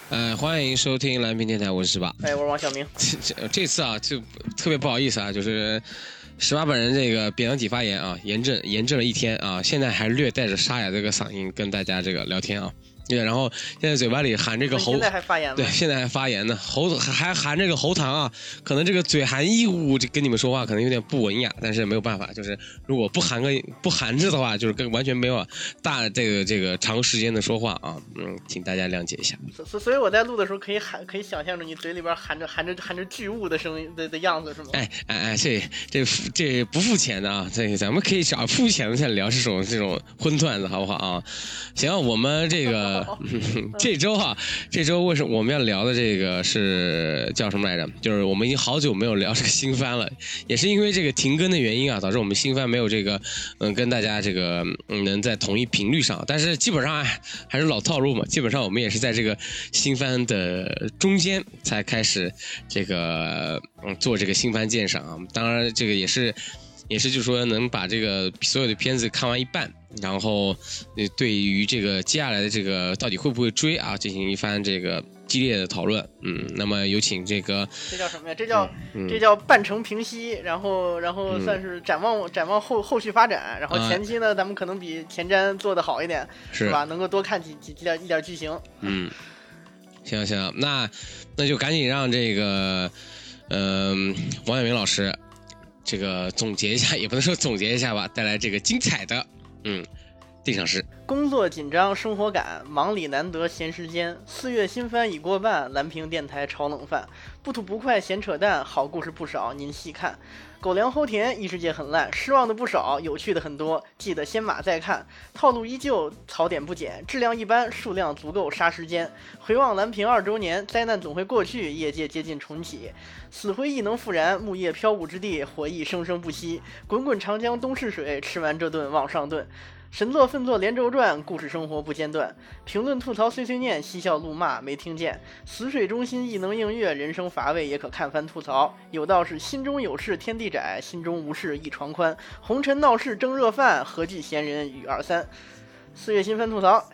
欢迎收听蓝屏电台，我是18。 我是王小明。 这次啊，就特别不好意思啊，就是18本人这个扁桃体发炎啊，炎症了一天啊，现在还略带着沙哑这个嗓音跟大家这个聊天啊。对，然后现在嘴巴里含这个喉， 现在还发炎吗？ 对，现在还发炎呢，还含这个喉糖啊，可能这个嘴含异物，跟你们说话可能有点不文雅，但是没有办法，就是如果不含着的话，就是完全没有这个长时间的说话啊，请大家谅解一下。 所以我在录的时候可以想象着你嘴里边含着巨物的声音的样子是吗？ 这不付钱的啊，这个咱们可以找付钱的再聊这种荤段子好不好啊？行，我们这个。这周为什么我们要聊的这个是叫什么来着？就是我们已经好久没有聊这个新番了，也是因为这个停更的原因啊，导致我们新番没有这个跟大家这个能在同一频率上。但是基本上还是老套路嘛，基本上我们也是在这个新番的中间才开始这个做这个新番鉴赏啊。当然这个也是就是说能把这个所有的片子看完一半，然后对于这个接下来的这个到底会不会追啊进行一番这个激烈的讨论。那么有请这个这叫什么呀？这叫半程平息，然后算是展望后续发展。然后前期呢，咱们可能比前瞻做得好一点，是吧？能够多看一点剧情。 行，那就赶紧让这个王晓明老师。这个总结一下，也不能说总结一下吧，带来这个精彩的定场诗。 工作紧张，生活赶，忙里难得闲时间。4月新番已过半，蓝屏电台炒冷饭，不吐不快闲扯淡，好故事不少，您细看。狗粮齁甜，异世界很烂，失望的不少，有趣的很多，记得先码再看。套路依旧，槽点不减，质量一般，数量足够杀时间。回望蓝屏2周年，灾难总会过去，业界接近重启。死灰亦能复燃，木叶飘舞之地，火意生生不息。滚滚长江东逝水，吃完这顿往上顿。神作奋作连轴转，故事生活不间断。评论吐槽碎碎念，嬉笑怒骂没听见。死水中心亦能映月，人生乏味也可看番吐槽。有道是心中有事天地窄，心中无事一床宽。红尘闹事蒸热饭，何惧闲人语23。4月新番吐槽，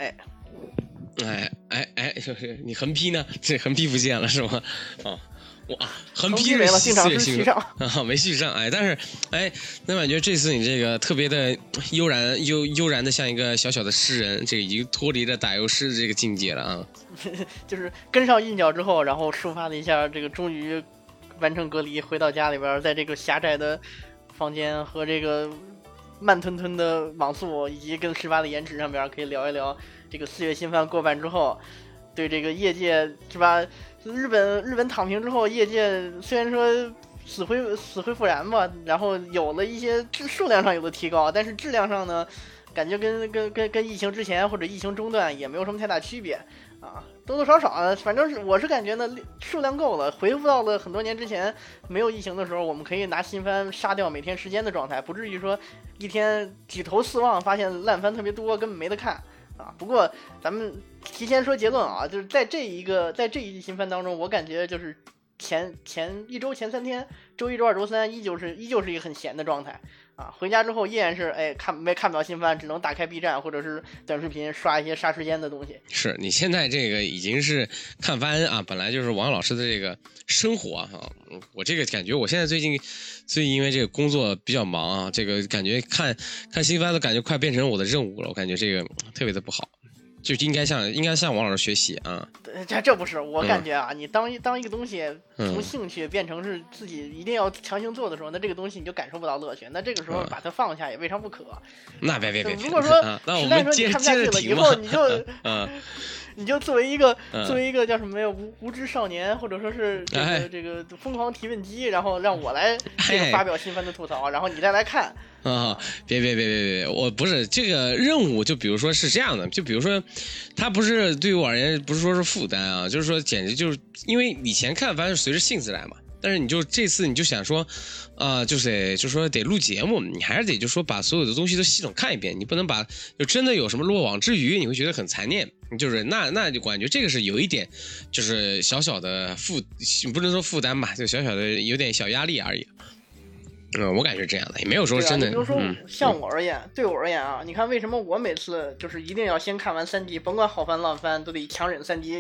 就是你横批呢？这横批不见了是吗？哇，横批没了，定场诗续上啊，没续上。但是那感觉这次你这个特别的悠然的像一个小小的诗人，这个已经脱离了打油诗的这个境界了啊。 就是跟上韵脚之后，然后抒发了一下这个终于完成隔离，回到家里边，在这个狭窄的房间和这个慢吞吞的网速以及跟18的颜值上边，可以聊一聊这个4月新番过半之后，对这个业界是吧？日本躺平之后，业界虽然说死灰复燃吧，然后有了一些数量上有了提高，但是质量上呢，感觉跟疫情之前或者疫情中段也没有什么太大区别啊，多多少少呢，反正我是感觉呢，数量够了，恢复到了很多年之前没有疫情的时候，我们可以拿新番杀掉每天时间的状态，不至于说一天举头四望发现烂番特别多，根本没得看。不过咱们提前说结论啊，就是在这一季新番当中，我感觉就是前一周前3天，周1、周2、周3依旧是一个很闲的状态啊。回家之后依然是看不了新番，只能打开 B 站或者是短视频刷一些杀时间的东西。 是你现在这个已经是看番啊，本来就是王老师的这个生活啊。我这个感觉，我现在最近因为这个工作比较忙啊，这个感觉看新番都感觉快变成我的任务了，我感觉这个特别的不好，就应该向王老师学习啊。 这不是我感觉啊，你当一个东西从兴趣变成是自己一定要强行做的时候，那这个东西你就感受不到乐趣，那这个时候把它放下也未尝不可。 那别， 如果说实在说你看不下去了，以后你就你就作为一个叫什么呀无知少年，或者说是这个疯狂提问机，然后让我来这个发表新番的吐槽，然后你再来看。 别！我不是这个任务，就比如说是这样的，就比如说，它不是对于我而言不是说是负担啊，就是说简直就是因为以前看番是随着性子来嘛，但是你就这次你就想说，就是说得录节目，你还是得就说把所有的东西都系统看一遍，你不能把就真的有什么落网之鱼，你会觉得很残念，就是那就感觉这个是有一点就是小小的不能说负担吧，就小小的有点小压力而已。我感觉这样的，也没有说真的。 比如说，像我而言，对我而言啊，你看为什么我每次就是一定要先看完3集，甭管好番烂番，都得强忍3集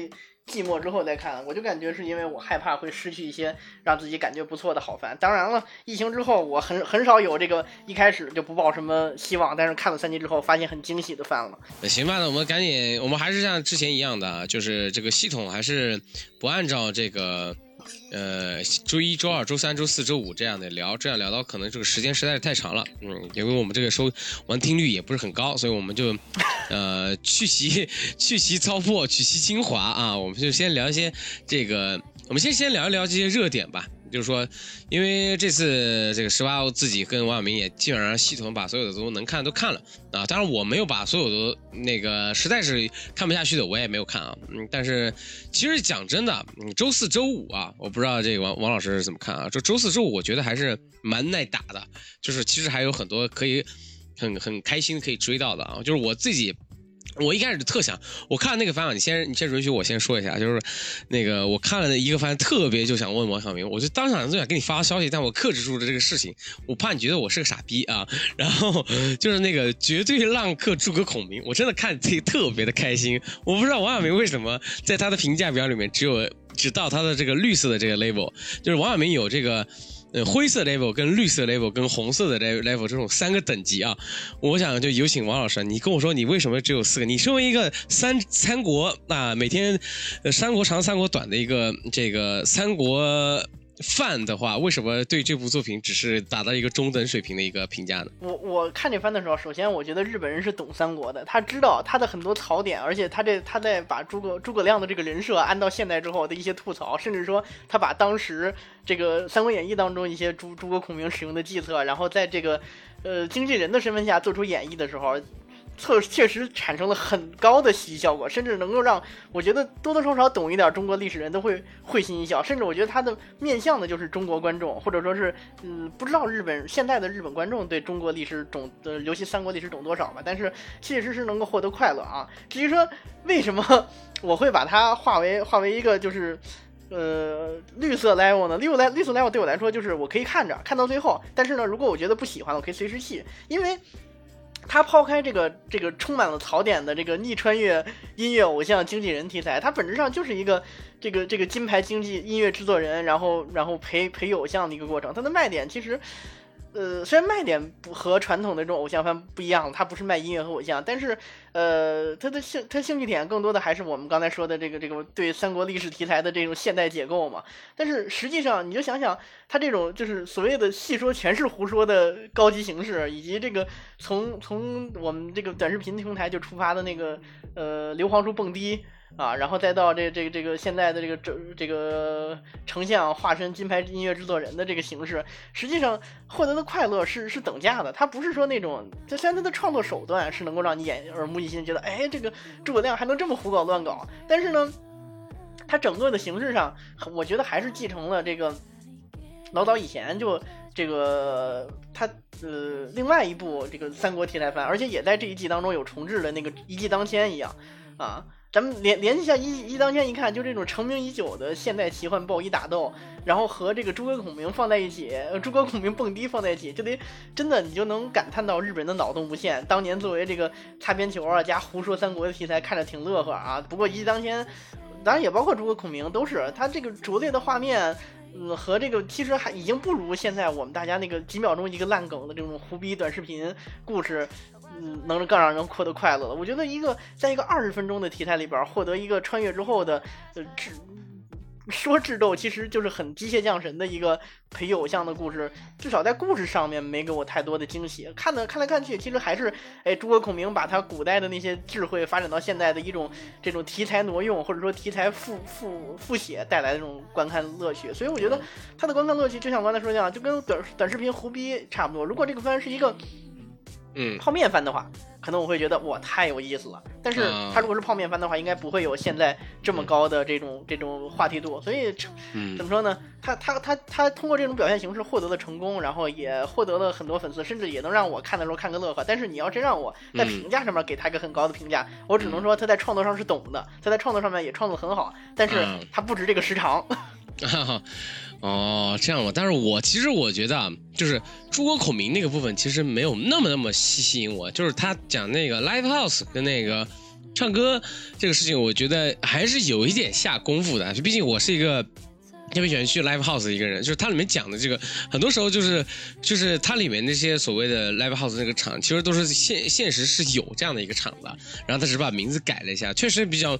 寂寞之后再看，我就感觉是因为我害怕会失去一些让自己感觉不错的好番。当然了，疫情之后我很少有这个一开始就不抱什么希望，但是看了3集之后发现很惊喜的番了。 行吧，那我们赶紧，我们还是像之前一样的，就是这个系统还是不按照这个周一、周二、周三、周四、周五这样的聊，这样聊到可能这个时间实在是太长了，因为我们这个完听率也不是很高，所以我们就去其糟粕，取其精华啊，我们就先聊一些这个，我们先聊一聊这些热点吧。就是说，因为这次这个18自己跟王晓明也基本上系统把所有的都能看都看了啊，当然我没有把所有的那个实在是看不下去的我也没有看啊，但是其实讲真的，周四周五啊，我不知道这个王老师是怎么看啊，周四周五我觉得还是蛮耐打的，就是其实还有很多可以很开心可以追到的啊，就是我一开始就特想，我看了那个番啊，你先允许我先说一下，就是那个我看了一个番，特别就想问王晓明，我就当场就想给你发消息，但我克制住了这个事情，我怕你觉得我是个傻逼啊。然后就是那个绝对浪客诸葛孔明，我真的看这特别的开心，我不知道王晓明为什么在他的评价表里面只到他的这个绿色的这个 level， 就是王晓明有这个。灰色 level 跟绿色 level 跟红色的 level 这种3个等级啊，我想就有请王老师，你跟我说你为什么只有4个？你身为一个三国啊，每天三国长三国短的一个这个三国范的话，为什么对这部作品只是达到一个中等水平的一个评价呢？ 我看这番的时候，首先我觉得日本人是懂三国的，他知道他的很多槽点，而且他在把诸葛亮的这个人设按到现代之后的一些吐槽，甚至说他把当时这个《三国演义》当中一些诸葛孔明使用的计策，然后在这个经纪人的身份下做出演绎的时候。确实产生了很高的喜剧效果，甚至能够让我觉得多多少少懂一点中国历史人都会会心一笑，甚至我觉得他的面向的就是中国观众，或者说是不知道现在的日本观众对中国历史尤其三国历史懂多少吧，但是确实是能够获得快乐啊。至于说为什么我会把它划为一个就是绿色 level 呢？绿色 level 对我来说就是我可以看到最后，但是呢，如果我觉得不喜欢，我可以随时弃，因为他抛开这个充满了槽点的这个逆穿越音乐偶像经纪人题材，它本质上就是一个这个金牌经纪音乐制作人，然后陪偶像的一个过程。它的卖点其实，虽然卖点和传统的这种偶像番不一样，它不是卖音乐和偶像，但是它兴趣点更多的还是我们刚才说的这个对三国历史题材的这种现代解构嘛。但是实际上你就想想，它这种就是所谓的细说全是胡说的高级形式，以及这个从我们这个短视频平台就出发的那个硫磺树蹦迪。啊，然后再到这个现在的这个成像化身金牌音乐制作人的这个形式，实际上获得的快乐是等价的。它不是说那种，虽然它的创作手段是能够让你耳目一新，觉得哎这个诸葛亮还能这么胡搞乱搞，但是呢，它整个的形式上，我觉得还是继承了这个老早以前就这个它另外一部这个三国题材番，而且也在这一季当中有重置的那个一骑当千一样啊。咱们联系一下一骑当千，一看就这种成名已久的现代奇幻暴衣打斗，然后和这个诸葛孔明放在一起，诸葛孔明蹦迪放在一起，就得真的你就能感叹到日本的脑洞无限。当年作为这个擦边球啊加胡说三国的题材，看着挺乐呵啊。不过一骑当千，当然也包括诸葛孔明，都是他这个拙劣的画面。和这个其实还已经不如现在我们大家那个几秒钟一个烂梗的这种胡逼短视频故事，能更让人获得快乐了。我觉得在一个20分钟的题材里边获得一个穿越之后的智斗，其实就是很机械降神的一个陪偶像的故事，至少在故事上面没给我太多的惊喜。看来看去，其实还是诸葛孔明把他古代的那些智慧发展到现在的这种题材挪用，或者说题材复写带来的这种观看乐趣。所以我觉得他的观看乐趣就像我刚才说的一样，就跟短视频胡逼差不多。如果这个番是一个泡面番的话，可能我会觉得哇太有意思了。但是它如果是泡面番的话，应该不会有现在这么高的这种话题度。所以怎么说呢？他通过这种表现形式获得了成功，然后也获得了很多粉丝，甚至也能让我看的时候看个乐呵。但是你要真让我在评价上面给他一个很高的评价，我只能说他在创作上是懂的，他在创作上面也创作很好，但是他不值这个时长。 哦，这样吧。但是其实我觉得啊，就是诸葛孔明那个部分其实没有那么吸引我，就是他讲那个 live house 跟那个唱歌这个事情，我觉得还是有一点下功夫的。毕竟我是一个特别喜欢去 live house 的一个人，就是它里面讲的这个，很多时候就是它里面那些所谓的 live house 那个场，其实都是现实是有这样的一个场的，然后他只是把名字改了一下，确实比较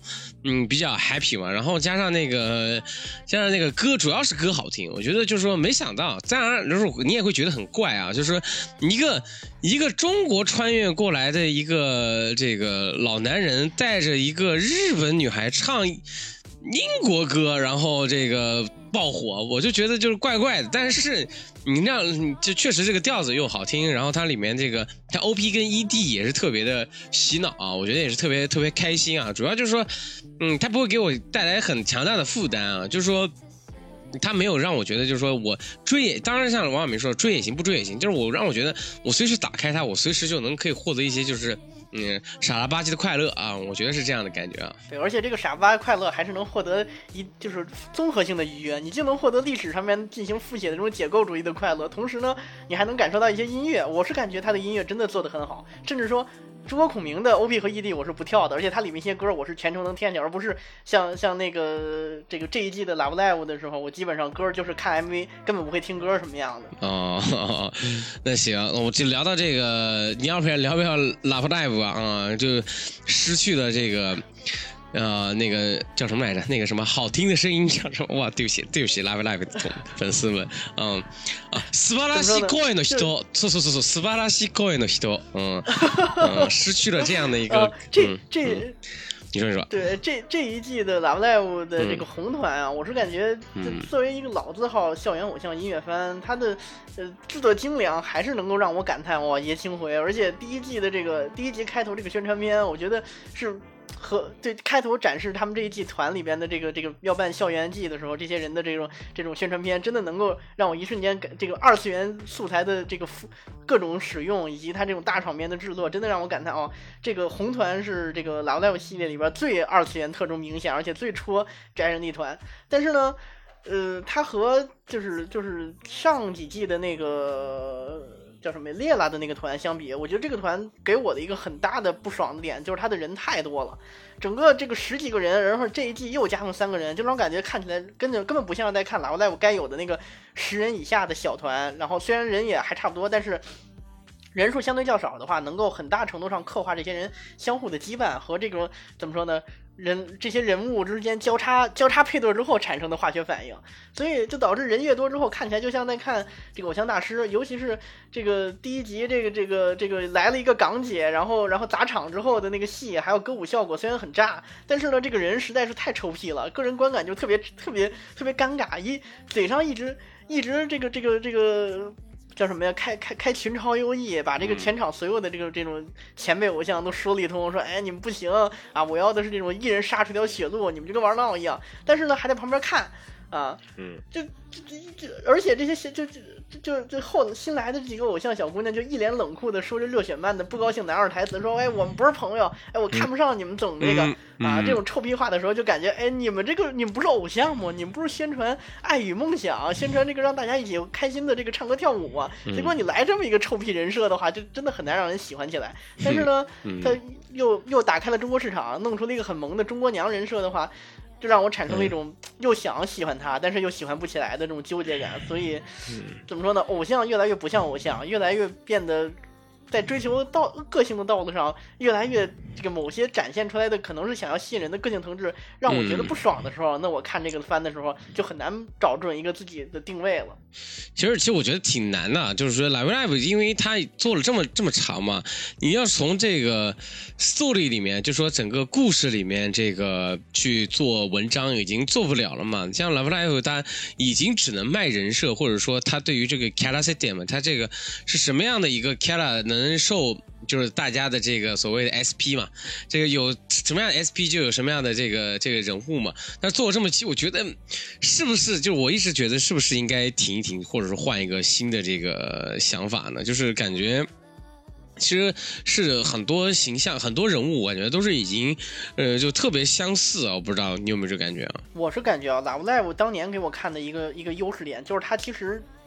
happy 嘛。然后加上那个歌，主要是歌好听，我觉得就是说没想到，当然就是你也会觉得很怪啊，就是说一个中国穿越过来的一个这个老男人，带着一个日本女孩唱英国歌，然后这个爆火，我就觉得就是怪怪的。但是你那样就确实这个调子又好听，然后它里面这个它 OP 跟 ED 也是特别的洗脑啊，我觉得也是特别开心啊。主要就是说，它不会给我带来很强大的负担啊，就是说。他没有让我觉得，就是说我追也，当然像王小明说追也行，不追也行，就是让我觉得我随时打开它，我随时就可以获得一些就是傻了吧唧的快乐啊，我觉得是这样的感觉啊。 对，而且这个傻吧快乐还是能获得就是综合性的愉悦，你既能获得历史上面进行复写的这种解构主义的快乐，同时呢，你还能感受到一些音乐。我是感觉他的音乐真的做得很好，甚至说。中国孔明的 OP 和 ED 我是不跳的，而且它里面一些歌我是全程能听见，而不是像那个这一季的 Love Live 的时候，我基本上歌就是看 MV， 根本不会听歌什么样的。 哦，那行，我就聊到这个，你要不要聊 Love Live 啊？就失去了这个。那个叫什么来着？那个什么好听的声音叫什么？哇，对不起 ，Love Live 的粉丝们，素晴らしい声の人，そう素晴らしい声の人，失去了这样的一个，你说， 对，这一季的 Love Live 的这个红团啊，我是感觉作为一个老字号校园偶像音乐番，它的制作精良还是能够让我感叹哇爷青回，而且第一集开头这个宣传片，我觉得是。和对开头展示他们这一季团里边的这个要办校园季的时候，这些人的这种宣传片，真的能够让我一瞬间这个二次元素材的这个各种使用，以及它这种大场面的制作，真的让我感叹哦，这个红团是这个 Love Live 系列里边最二次元特征明显，而且最戳宅人的一团。但是呢，它和就是上几季的那个。叫什么列拉的那个团相比，我觉得这个团给我的一个很大的不爽的点就是他的人太多了，整个这个10几个人，然后这一季又加上3个人，这种感觉看起来根本不像在看 Love Live 该有的那个10人以下的小团。然后虽然人也还差不多，但是人数相对较少的话，能够很大程度上刻画这些人相互的羁绊和这种怎么说呢？这些人物之间交叉配对之后产生的化学反应，所以就导致人越多之后，看起来就像在看这个偶像大师，尤其是这个第一集这个来了一个港姐，然后砸场之后的那个戏，还有歌舞效果虽然很炸，但是呢，这个人实在是太臭屁了，个人观感就特别尴尬，嘴上一直这个。叫什么呀？开群超优异，把这个全场所有的这种前辈偶像都说了一通，说哎你们不行啊，我要的是这种一人杀出条血路，你们就跟玩闹一样。但是呢，还在旁边看啊，而且这些就后新来的几个偶像小姑娘就一脸冷酷的说着热血漫的不高兴男二台词，说哎我们不是朋友，哎我看不上你们整这个啊这种臭屁话的时候，就感觉哎你们不是偶像吗？你们不是宣传爱与梦想，宣传这个让大家一起开心的这个唱歌跳舞啊？结果你来这么一个臭屁人设的话，就真的很难让人喜欢起来。但是呢，他又打开了中国市场，弄出了一个很萌的中国娘人设的话。就让我产生了一种又想喜欢他，但是又喜欢不起来的这种纠结感。所以，怎么说呢？偶像越来越不像偶像，越来越变得在追求个性的道路上，越来越这个某些展现出来的可能是想要吸引人的个性特质，让我觉得不爽的时候，那我看这个番的时候就很难找准一个自己的定位了。 其实我觉得挺难的，就是说 Love Live 因为它做了这么长嘛，你要从这个 story 里面，就说整个故事里面这个去做文章已经做不了了嘛。像 Love Live 它已经只能卖人设，或者说它对于这个 Kara system 它这个是什么样的一个 Kara 能受。就是大家的这个所谓的 SP 嘛，这个有什么样的 SP 就有什么样的这个人物嘛。但是做了这么期，我觉得是不是就我一直觉得是不是应该停一停，或者是换一个新的这个想法呢？就是感觉其实是很多形象、很多人物，我感觉都是已经就特别相似啊。我不知道你有没有这感觉啊？ 我是感觉啊，Love Live 当年给我看的一个优势点就是它其实。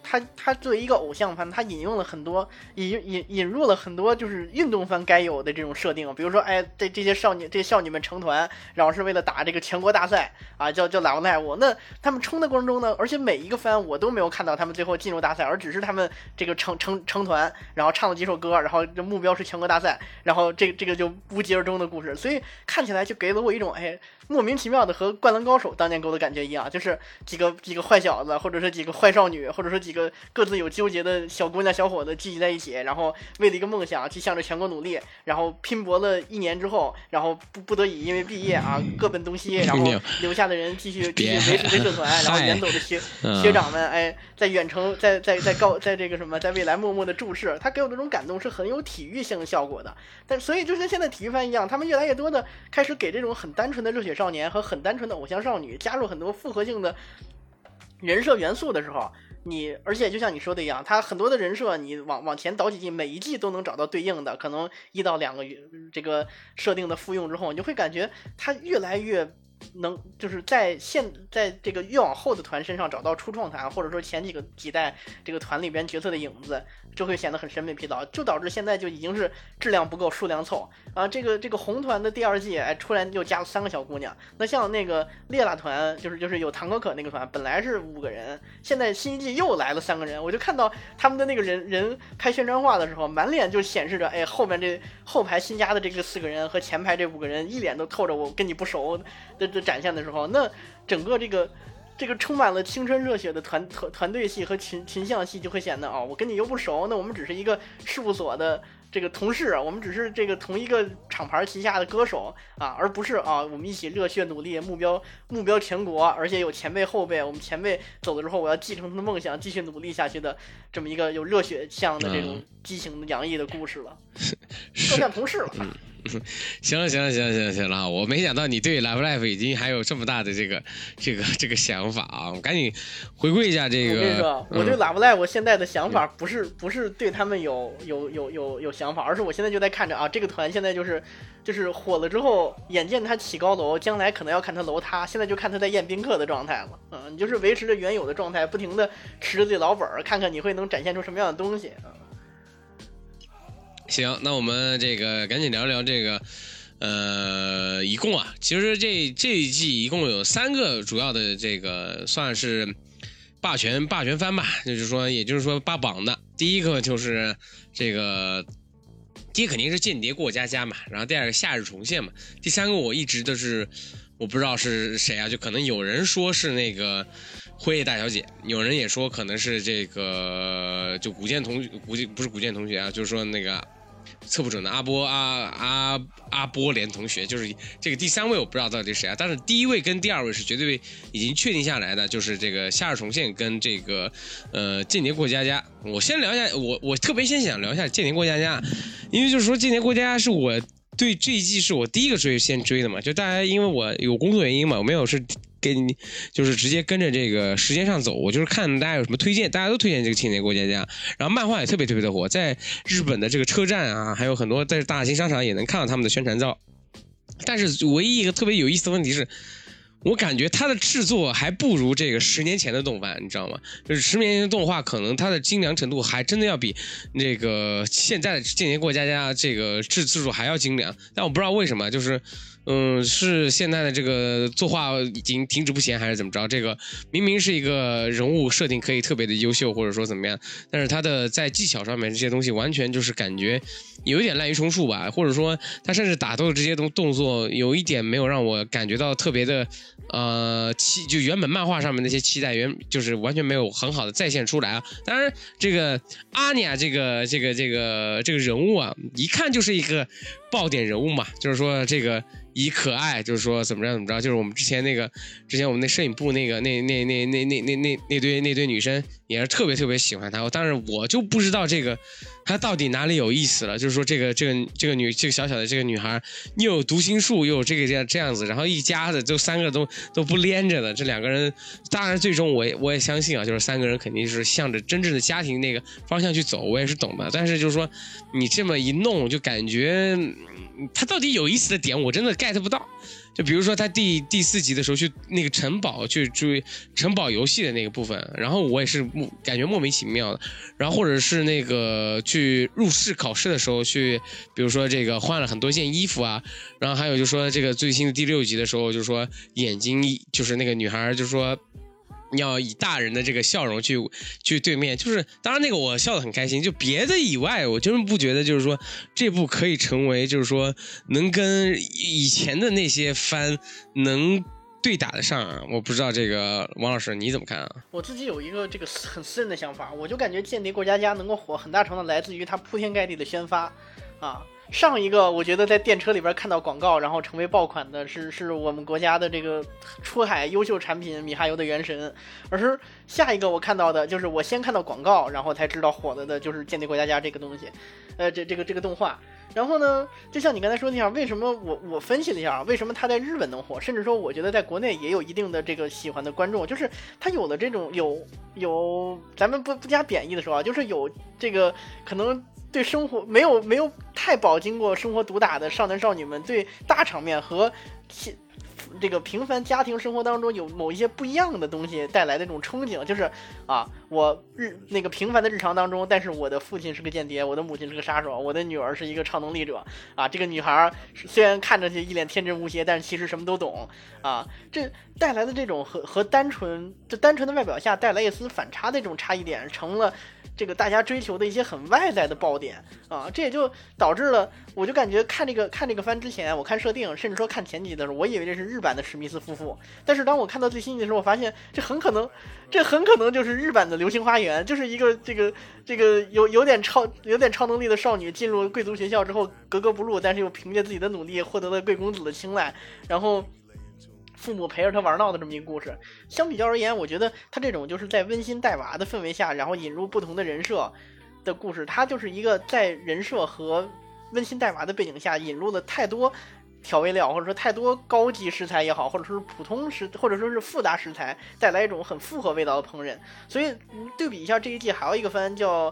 他作为一个偶像番，他引用了很多引入了很多就是运动番该有的这种设定，比如说这些少女们成团，然后是为了打这个全国大赛啊，叫 Love Live。那他们冲的过程中呢，而且每一个番我都没有看到他们最后进入大赛，而只是他们这个成团，然后唱了几首歌，然后这目标是全国大赛，然后这个就无疾而终的故事，所以看起来就给了我一种莫名其妙的和《灌篮高手》当年给我的感觉一样，就是几个坏小子，或者是几个坏少女，或者说几个各自有纠结的小姑娘小伙子聚集在一起，然后为了一个梦想去向着全国努力，然后拼搏了1年之后，然后不得已因为毕业啊各奔东西，然后留下的人继续维持社团，然后远走的学长们在远程在这个什么在未来默默的注视，他给我这种感动是很有体育性效果的。但所以就跟现在体育番一样，他们越来越多的开始给这种很单纯的热血少年和很单纯的偶像少女加入很多复合性的人设元素的时候，而且就像你说的一样，他很多的人设你往前倒几季，每一季都能找到对应的，可能1到2个这个设定的复用之后，你就会感觉他越来越能就是在这个越往后的团身上找到初创团，或者说前几代这个团里边角色的影子，就会显得很审美疲劳，就导致现在就已经是质量不够数量凑啊。这个红团的第2季突然又加了3个小姑娘，那像那个列拉团就是有唐可可那个团本来是5个人，现在新一季又来了3个人，我就看到他们的那个人拍宣传画的时候，满脸就显示着后面这后排新加的这个4个人和前排这5个人一脸都透着我跟你不熟的展现的时候，那整个这个充满了青春热血的团队戏和群像戏就会显得我跟你又不熟，那我们只是一个事务所的这个同事，我们只是这个同一个厂牌旗下的歌手啊，而不是我们一起热血努力，目标全国，而且有前辈后辈，我们前辈走了之后，我要继承他的梦想，继续努力下去的这么一个有热血向的这种激情的洋溢的故事了，更像同事了。 行了，我没想到你对 Love Live 已经还有这么大的这个想法啊！我赶紧回归一下这个。 我跟你说，我对 Love Live 现在的想法不是对他们有想法，而是我现在就在看着这个团现在就是火了之后，眼见他起高楼，将来可能要看他楼塌，现在就看他在宴宾客的状态了。你就是维持着原有的状态，不停的持着自己老本，看看你会能展现出什么样的东西啊。 行，那我们这个赶紧聊聊这个，一共其实这一季一共有3个主要的这个算是霸权番吧，也就是说霸榜的。第一个就是这个，第一肯定是间谍过家家嘛，然后第2个夏日重现嘛，第3个我一直都是我不知道是谁就可能有人说是那个辉夜大小姐，有人也说可能是这个就不是古建同学就是说那个测不准的阿波连同学，就是这个第3位我不知道到底是谁但是第1位跟第2位是绝对已经确定下来的，就是这个夏日重现跟这个间谍过家家。我先聊一下，我特别先想聊一下间谍过家家，因为就是说间谍过家家是我对这一季是我第一个先追的嘛，就大家因为我有工作原因嘛，我没有是给你就是直接跟着这个时间上走，我就是看大家有什么推荐，大家都推荐这个间谍过家家，然后漫画也特别的火，在日本的这个车站还有很多在大型商场也能看到他们的宣传照。但是唯一一个特别有意思的问题是，我感觉它的制作还不如这个10年前的动漫，你知道吗？就是10年前的动画，可能它的精良程度还真的要比这个现在的间谍过家家这个制作还要精良。但我不知道为什么，就是是现在的这个作画已经停止不前，还是怎么着？这个明明是一个人物设定可以特别的优秀，或者说怎么样，但是它的在技巧上面这些东西完全就是感觉有一点滥竽充数吧，或者说他甚至打斗的这些动作有一点没有让我感觉到特别的就原本漫画上面那些期待就是完全没有很好的再现出来当然这个阿尼亚这个人物一看就是一个爆点人物嘛，就是说这个以可爱，就是说怎么着，就是我们之前我们那摄影部那堆女生也是特别喜欢她，当然我就不知道这个她到底哪里有意思了，就是说这个小小的这个女孩又有读心术又有这样子，然后一家子就3个都不连着的，这2个人当然最终我也相信就是3个人肯定是向着真正的家庭那个方向去走，我也是懂的，但是就是说你这么一弄就感觉他到底有意思的点我真的 get 不到， 就比如说他第4集的时候去那个城堡去注城堡游戏的那个部分，然后我也是感觉莫名其妙的。然后或者是那个去入试考试的时候去，比如说这个换了很多件衣服啊，然后还有就说这个最新的第6集的时候，就说眼睛就是那个女孩就说。要以大人的这个笑容去对面，就是当然那个我笑得很开心，就别的以外，我真不觉得就是说这部可以成为就是说能跟以前的那些番能对打得上啊。我不知道这个王老师你怎么看啊？ 我自己有一个这个很私人的想法，我就感觉《间谍过家家》能够火，很大程度来自于它铺天盖地的宣发啊。上一个我觉得在电车里边看到广告然后成为爆款的是我们国家的这个出海优秀产品米哈游的原神，而是下一个我看到的就是我先看到广告然后才知道火的就是间谍过家家这个东西，这个动画。然后呢，就像你刚才说那样，为什么我分析了一下，为什么它在日本能火，甚至说我觉得在国内也有一定的这个喜欢的观众，就是它有的这种有咱们不加贬义的说啊，就是有这个可能对生活没有太饱经过生活毒打的少男少女们，对大场面和这个平凡家庭生活当中有某一些不一样的东西带来的这种憧憬，就是啊，我那个平凡的日常当中，但是我的父亲是个间谍，我的母亲是个杀手，我的女儿是一个超能力者啊。这个女孩虽然看着去一脸天真无邪，但是其实什么都懂啊。这带来的这种和单纯的外表下带来一丝反差的这种差异点，成了这个大家追求的一些很外在的爆点啊。这也就导致了，我就感觉看这个番之前，我看设定，甚至说看前集的时候，我以为这是日版的史密斯夫妇，但是当我看到最新集的时候，我发现这很可能就是日版的流星花园，就是一个这个有点超能力的少女进入贵族学校之后格格不入，但是又凭借自己的努力获得了贵公子的青睐，然后父母陪着他玩闹的这么一个故事。相比较而言，我觉得他这种就是在温馨带娃的氛围下，然后引入不同的人设的故事，它就是一个在人设和温馨带娃的背景下引入了太多调味料，或者说太多高级食材也好，或者说是普通或者说是复杂食材，带来一种很复合味道的烹饪。所以对比一下这一季还有一个番叫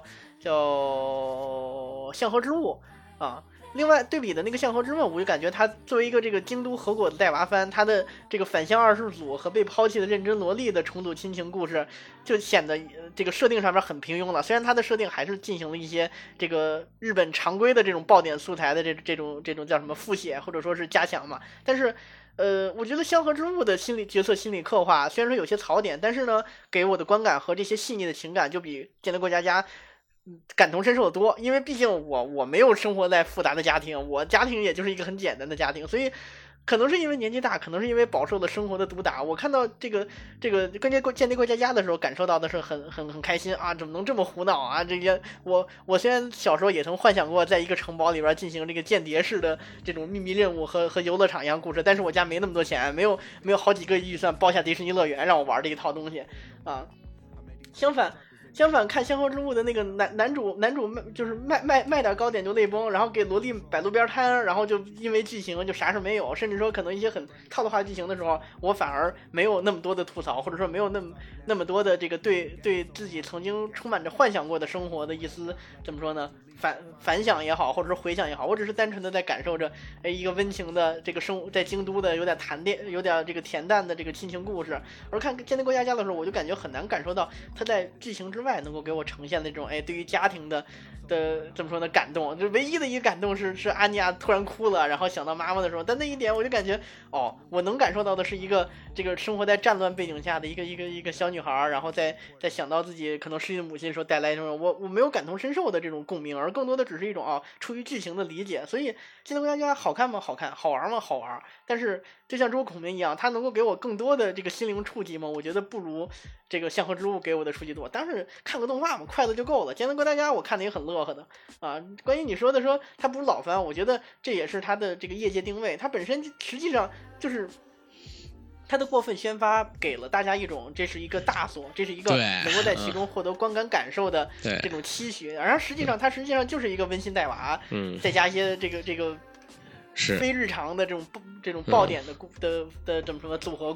向河之物啊。另外对比的那个向河之梦，我就感觉它作为一个这个京都和果的带娃番，它的这个返乡二世祖和被抛弃的认真萝莉的重组亲情故事，就显得这个设定上面很平庸了。虽然它的设定还是进行了一些这个日本常规的这种爆点素材的这种叫什么复写或者说是加强嘛，但是我觉得香河之物的角色心理刻画虽然说有些槽点，但是呢给我的观感和这些细腻的情感就比间谍过家家感同身受的多。因为毕竟我没有生活在复杂的家庭，我家庭也就是一个很简单的家庭，所以可能是因为年纪大，可能是因为饱受了生活的毒打，我看到这个跟间谍过家家的时候，感受到的是很开心啊！怎么能这么胡闹啊？这些我虽然小时候也曾幻想过在一个城堡里边进行这个间谍式的这种秘密任务和游乐场一样故事，但是我家没那么多钱，没有好几个预算包下迪士尼乐园让我玩这一套东西啊。相反看香河之物的那个男主就是卖点糕点就泪崩，然后给萝莉摆路边摊，然后就因为剧情就啥事没有，甚至说可能一些很套路化剧情的时候，我反而没有那么多的吐槽，或者说没有那么多的这个对自己曾经充满着幻想过的生活的一丝怎么说呢反响也好，或者是回想也好，我只是单纯的在感受着一个温情的这个在京都的有点这个恬淡的这个亲情故事。而看间谍过家家的时候，我就感觉很难感受到他在剧情之外能够给我呈现的这种对于家庭的怎么说呢感动。就唯一的一个感动是安妮亚突然哭了，然后想到妈妈的时候，但那一点我就感觉我能感受到的是一个这个生活在战乱背景下的一个小女孩，然后在想到自己可能失去母亲的时候带来这种我没有感同身受的这种共鸣，而更多的只是一种出于剧情的理解。所以间谍过家家好看吗？好看。好玩吗？好玩。但是就像周孔明一样，他能够给我更多的这个心灵触及吗？我觉得不如这个向河之物给我的触及多。但是看个动画嘛，快乐就够了。间谍过家家我看的也很乐呵的啊。关于你说他不是老番，我觉得这也是他的这个业界定位，他本身实际上就是他的过分宣发给了大家一种这是一个大作，这是一个能够在其中获得观感受的这种期许，然后实际上就是一个温馨带娃，再加一些这个非日常的这种爆点的怎么说呢组合故事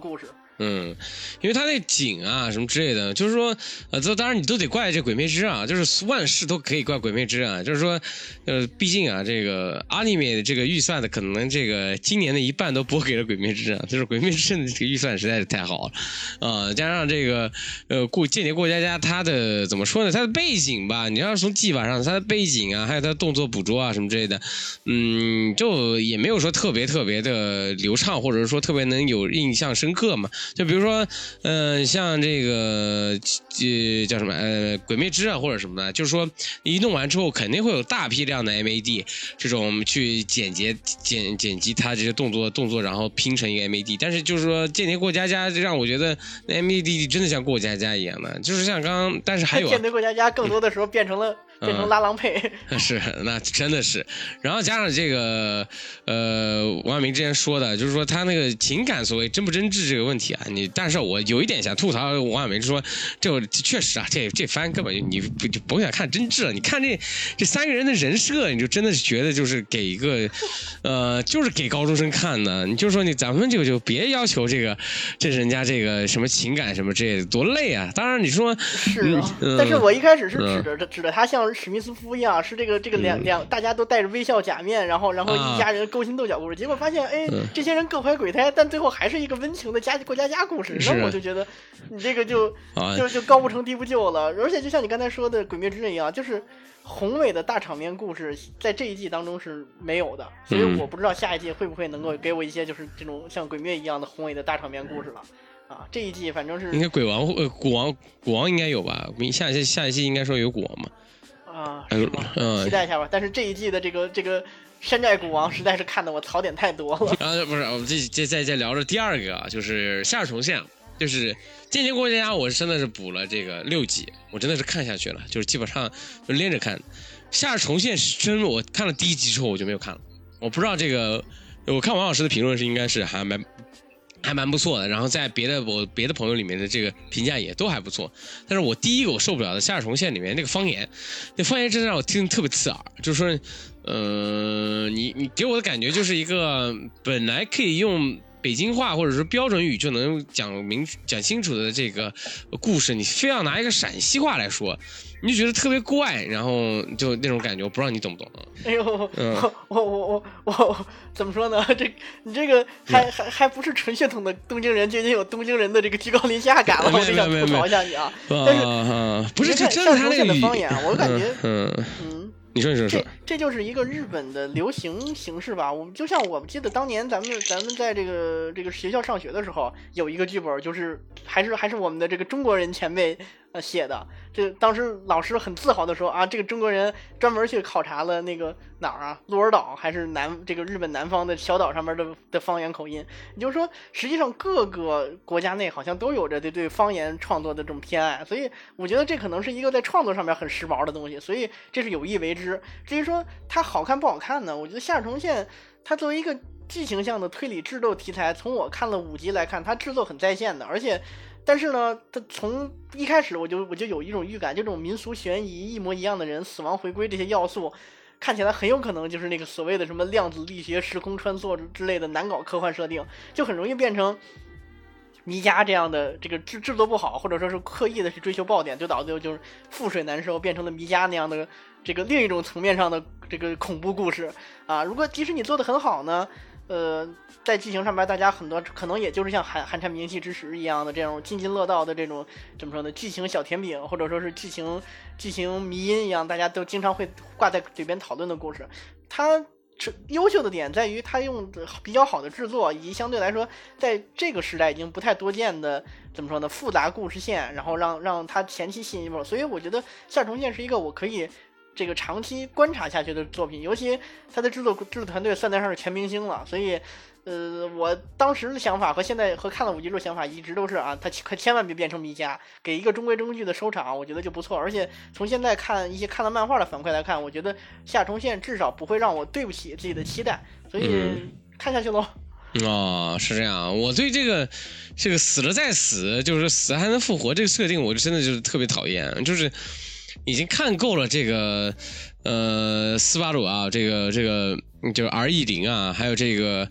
因为他那景啊什么之类的，就是说，这当然你都得怪这鬼灭之啊，就是万事都可以怪鬼灭之啊，就是说，毕竟啊，这个阿尼美的这个预算的可能这个今年的一半都拨给了鬼灭之啊，就是鬼灭之的这个预算实在是太好了，加上这个间谍过家家他的怎么说呢，他的背景吧，你要从技法上，他的背景啊，还有他的动作捕捉啊什么之类的，就也没有说特别的流畅，或者说特别能有印象深刻嘛。就比如说，像这个叫什么鬼灭之啊或者什么的，就是说一弄完之后肯定会有大批量的 MAD 这种去剪辑它这些动作，然后拼成一个 MAD。但是就是说间谍过家家让我觉得那 MAD 真的像过家家一样的，就是像刚刚，但是还有间谍过家家更多的时候变成拉郎配， 是，那真的是，然后加上这个王亚明之前说的，就是说他那个情感所谓真不真挚这个问题啊，但是我有一点想吐槽王亚明，说这确实啊，这番根本你就甭想看真挚了，你看这三个人的人设，你就真的是觉得就是给一个就是给高中生看的，你就说咱们就别要求这是人家这个什么情感什么之类的，多累啊！当然你说是啊，但是我一开始是指着他像史密斯夫一样，是这个两大家都戴着微笑假面，然后一家人勾心斗角故事，结果发现这些人各怀鬼胎，但最后还是一个温情的过家家故事，那我就觉得你这个就高不成低不就了。而且就像你刚才说的《鬼灭之刃》一样，就是宏伟的大场面故事在这一季当中是没有的，所以我不知道下一季会不会能够给我一些就是这种像鬼灭一样的宏伟的大场面故事了。这一季反正是应该古王应该有吧？下一季应该说有古王嘛？ 是吗？期待一下吧。但是这一季的这个山寨古王实在是看得我槽点太多了。 不是，我们再聊着第二个，就是夏日重现，就是间谍过家家，我真的是补了这个6集，我真的是看下去了，就是基本上就连着看。夏日重现是真，我看了第1集之后我就没有看了，我不知道这个，我看王老师的评论是应该是还蛮不错的，然后在别的朋友里面的这个评价也都还不错，但是我第一个我受不了的夏日重现里面那个方言，那方言真的让我听特别刺耳，就是说，你给我的感觉就是一个本来可以用北京话或者是标准语就能讲清楚的这个故事，你非要拿一个陕西话来说，你就觉得特别怪，然后就那种感觉，我不知道你懂不懂。 哎呦，我怎么说呢？你这个还不是纯血统的东京人，就已经有东京人的这个居高临下感了。我就想吐槽一下你啊。但是不是这真的他那个方言，我感觉你说， 这就是一个日本的流行形式吧。就像我记得当年咱们在这个学校上学的时候，有一个剧本，就是还是我们的这个中国人前辈写的。这当时老师很自豪的说啊，这个中国人专门去考察了那个哪儿啊，鹿儿岛还是这个日本南方的小岛上面的方言口音。也就是说，实际上各个国家内好像都有着对方言创作的这种偏爱，所以我觉得这可能是一个在创作上面很时髦的东西，所以这是有意为之。至于说它好看不好看呢，我觉得《夏日重现》它作为一个剧情向的推理智斗题材，从我看了5集来看，它制作很在线的，但是呢，它从一开始我就有一种预感，这种民俗悬疑、一模一样的人、死亡回归这些要素，看起来很有可能就是那个所谓的什么量子力学、时空穿梭之类的难搞科幻设定，就很容易变成迷家这样的这个制作不好，或者说是刻意的去追求爆点，就导致就是覆水难收，变成了迷家那样的这个另一种层面上的这个恐怖故事啊。如果即使你做的很好呢，在剧情上面大家很多可能也就是像寒蝉鸣泣之时一样的这种津津乐道的这种怎么说呢，剧情小甜饼，或者说是剧情迷因一样，大家都经常会挂在嘴边讨论的故事。它优秀的点在于它用比较好的制作，以及相对来说在这个时代已经不太多见的怎么说呢复杂故事线，然后让它前期吸引一波。所以我觉得《夏重现》是一个我可以这个长期观察下去的作品，尤其它的制作团队算得上是全明星了，所以我当时的想法和现在和看了5集之后想法一直都是啊，它可千万别变成迷家，给一个中规中矩的收场，我觉得就不错。而且从现在看一些看了漫画的反馈来看，我觉得夏重现至少不会让我对不起自己的期待，所以看下去喽。 是这样。我对这个死了再死，就是死还能复活这个设定，我真的就是特别讨厌，就是已经看够了这个斯巴鲁啊，这个就是 R10啊，还有这个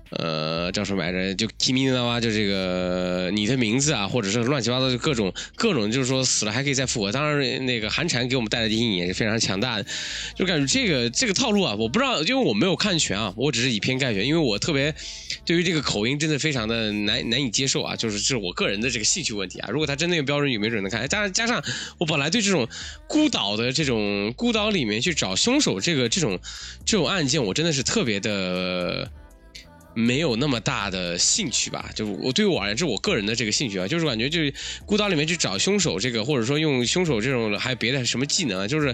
叫什么来着？就 Kimi no wa 就这个你的名字啊，或者是乱七八糟的各种，就是说死了还可以再复活。当然，那个寒蝉给我们带来的阴影也是非常强大的，就感觉这个套路啊，我不知道，因为我没有看全啊，我只是以偏概全，因为我特别对于这个口音真的非常的难以接受啊，就是我个人的这个兴趣问题啊。如果他真的有标准语，没准能看。加上我本来对这种孤岛里面去找凶手这种案件，我真的是特别的没有那么大的兴趣吧，就对于我而言，这是我个人的这个兴趣啊，就是感觉就是孤岛里面去找凶手这个，或者说用凶手这种还有别的什么技能啊，就是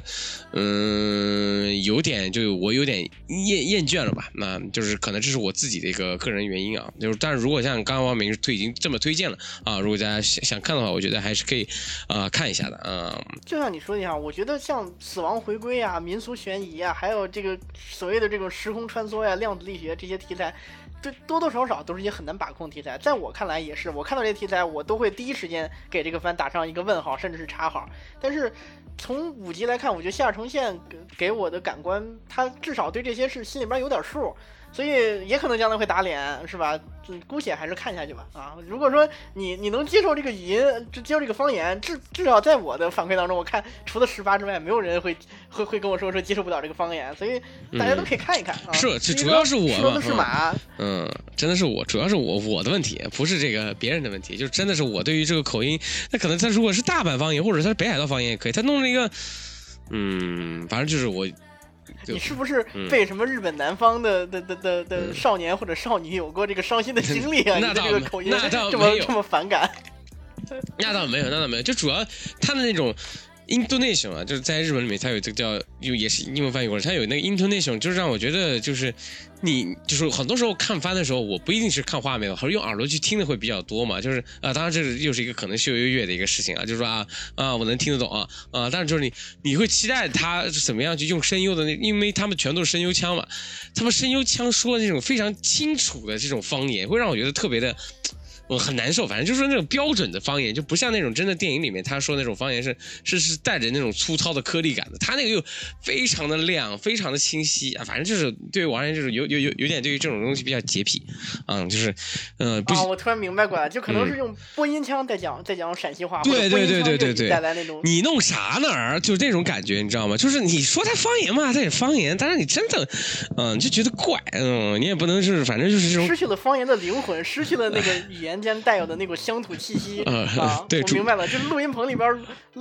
我有点厌倦了吧，那就是可能这是我自己的一个个人原因啊，就是但是如果像刚刚王明已经这么推荐了啊，如果大家想看的话，我觉得还是可以看一下的啊。 就像你说的一样，我觉得像死亡回归啊、民俗悬疑啊，还有这个所谓的这种时空穿梭呀、量子力学这些题材。这多多少少都是一些很难把控的题材，在我看来也是，我看到这些题材，我都会第一时间给这个番打上一个问号，甚至是叉号。但是从5集来看，我觉得夏承宪给我的感官，他至少对这些事心里边有点数，所以也可能将来会打脸，是吧？姑且还是看下去吧。啊，如果说你能接受这个语音，接受这个方言，至少在我的反馈当中，我看除了18之外，没有人会跟我说接受不了这个方言，所以大家都可以看一看。 是，这主要是我说的是马。 真的是我，主要是我的问题，不是这个别人的问题，就真的是我对于这个口音，那可能他如果是大阪方言，或者他是北海道方言也可以，他弄了一个，反正就是我。 你是不是被什么日本南方的少年或者少女有过这个伤心的经历啊？ 那倒你这个口音这么反感？ 那倒没有，就主要他的那种 intonation 啊，就是在日文里面它有这个叫，也是英文翻译过来，它有那个 intonation， 就是让我觉得就是你就是很多时候看番的时候，我不一定是看画面，还是用耳朵去听的会比较多嘛。就是当然这又是一个可能秀优越的一个事情啊，就是说我能听得懂但是就是你会期待他怎么样去用声优的因为他们全都是声优腔嘛，他们声优腔说的那种非常清楚的这种方言，会让我觉得特别的。我很难受，反正就是说那种标准的方言，就不像那种真的电影里面他说那种方言是带着那种粗糙的颗粒感的，他那个又非常的亮，非常的清晰啊，反正就是对于我而言就是有点对于这种东西比较洁癖，就是我突然明白过来，就可能是用播音腔在讲陕西话， 对， 带来那种你弄啥呢儿，就是这种感觉，你知道吗？就是你说他方言嘛，他也方言，但是你真的你就觉得怪，你也不能是反正就是这种失去了方言的灵魂，失去了那个语言间带有的那种乡土气息对， 我明白了，就是录音棚里边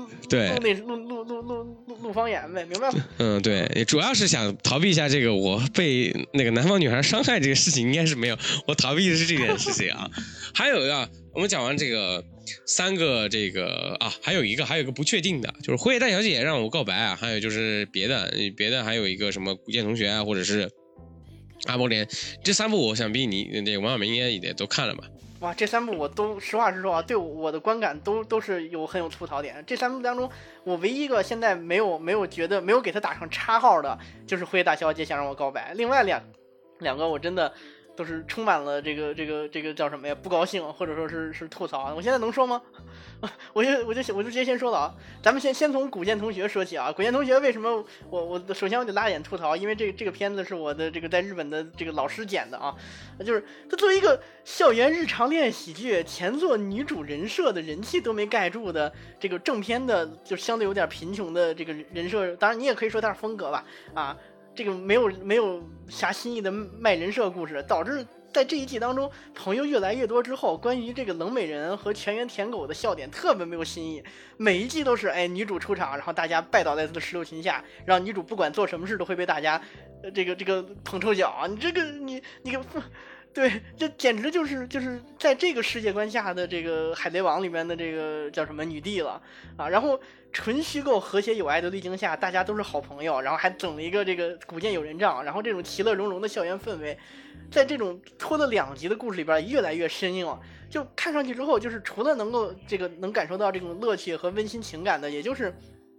录方言呗，明白了。 对，主要是想逃避一下这个我被那个南方女孩伤害这个事情，应该是没有，我逃避的是这件事情啊。还有我们讲完这个3个这个还有一个不确定的，就是辉夜大小姐让我告白啊，还有就是别的还有一个什么古剑同学啊，或者是阿波连，这3部我想必你那个王小明应该也都看了吧？ 哇，这3部我都实话实说啊，对我的观感都是很有吐槽点。这3部当中，我唯一一个现在没有觉得没有给他打上叉号的，就是辉夜大小姐想让我告白。另外两个我真的都是充满了这个叫什么呀？不高兴，或者说是吐槽。我现在能说吗？我就直接先说了啊，咱们先从古剑同学说起啊。古剑同学为什么我首先我得拉点吐槽，因为这个片子是我的这个在日本的这个老师剪的啊，就是他作为一个校园日常恋爱喜剧，前作女主人设的人气都没盖住的这个正片的，就相对有点贫穷的这个人设，当然你也可以说它是风格吧这个没有啥新意的卖人设故事，导致在这一季当中朋友越来越多之后，关于这个冷美人和全员舔狗的笑点特别没有新意。每一季都是女主出场，然后大家拜倒在她的石榴裙下，让女主不管做什么事都会被大家这个捧臭脚。你这个你对，这简直就是在这个世界观下的这个海贼王里面的这个叫什么女帝了然后纯虚构和谐友爱的滤镜下，大家都是好朋友，然后还整了一个这个古剑友人帐，然后这种其乐融融的校园氛围，在这种拖了2集的故事里边越来越生硬了。就看上去之后，就是除了能够能感受到这种乐趣和温馨情感的，也就是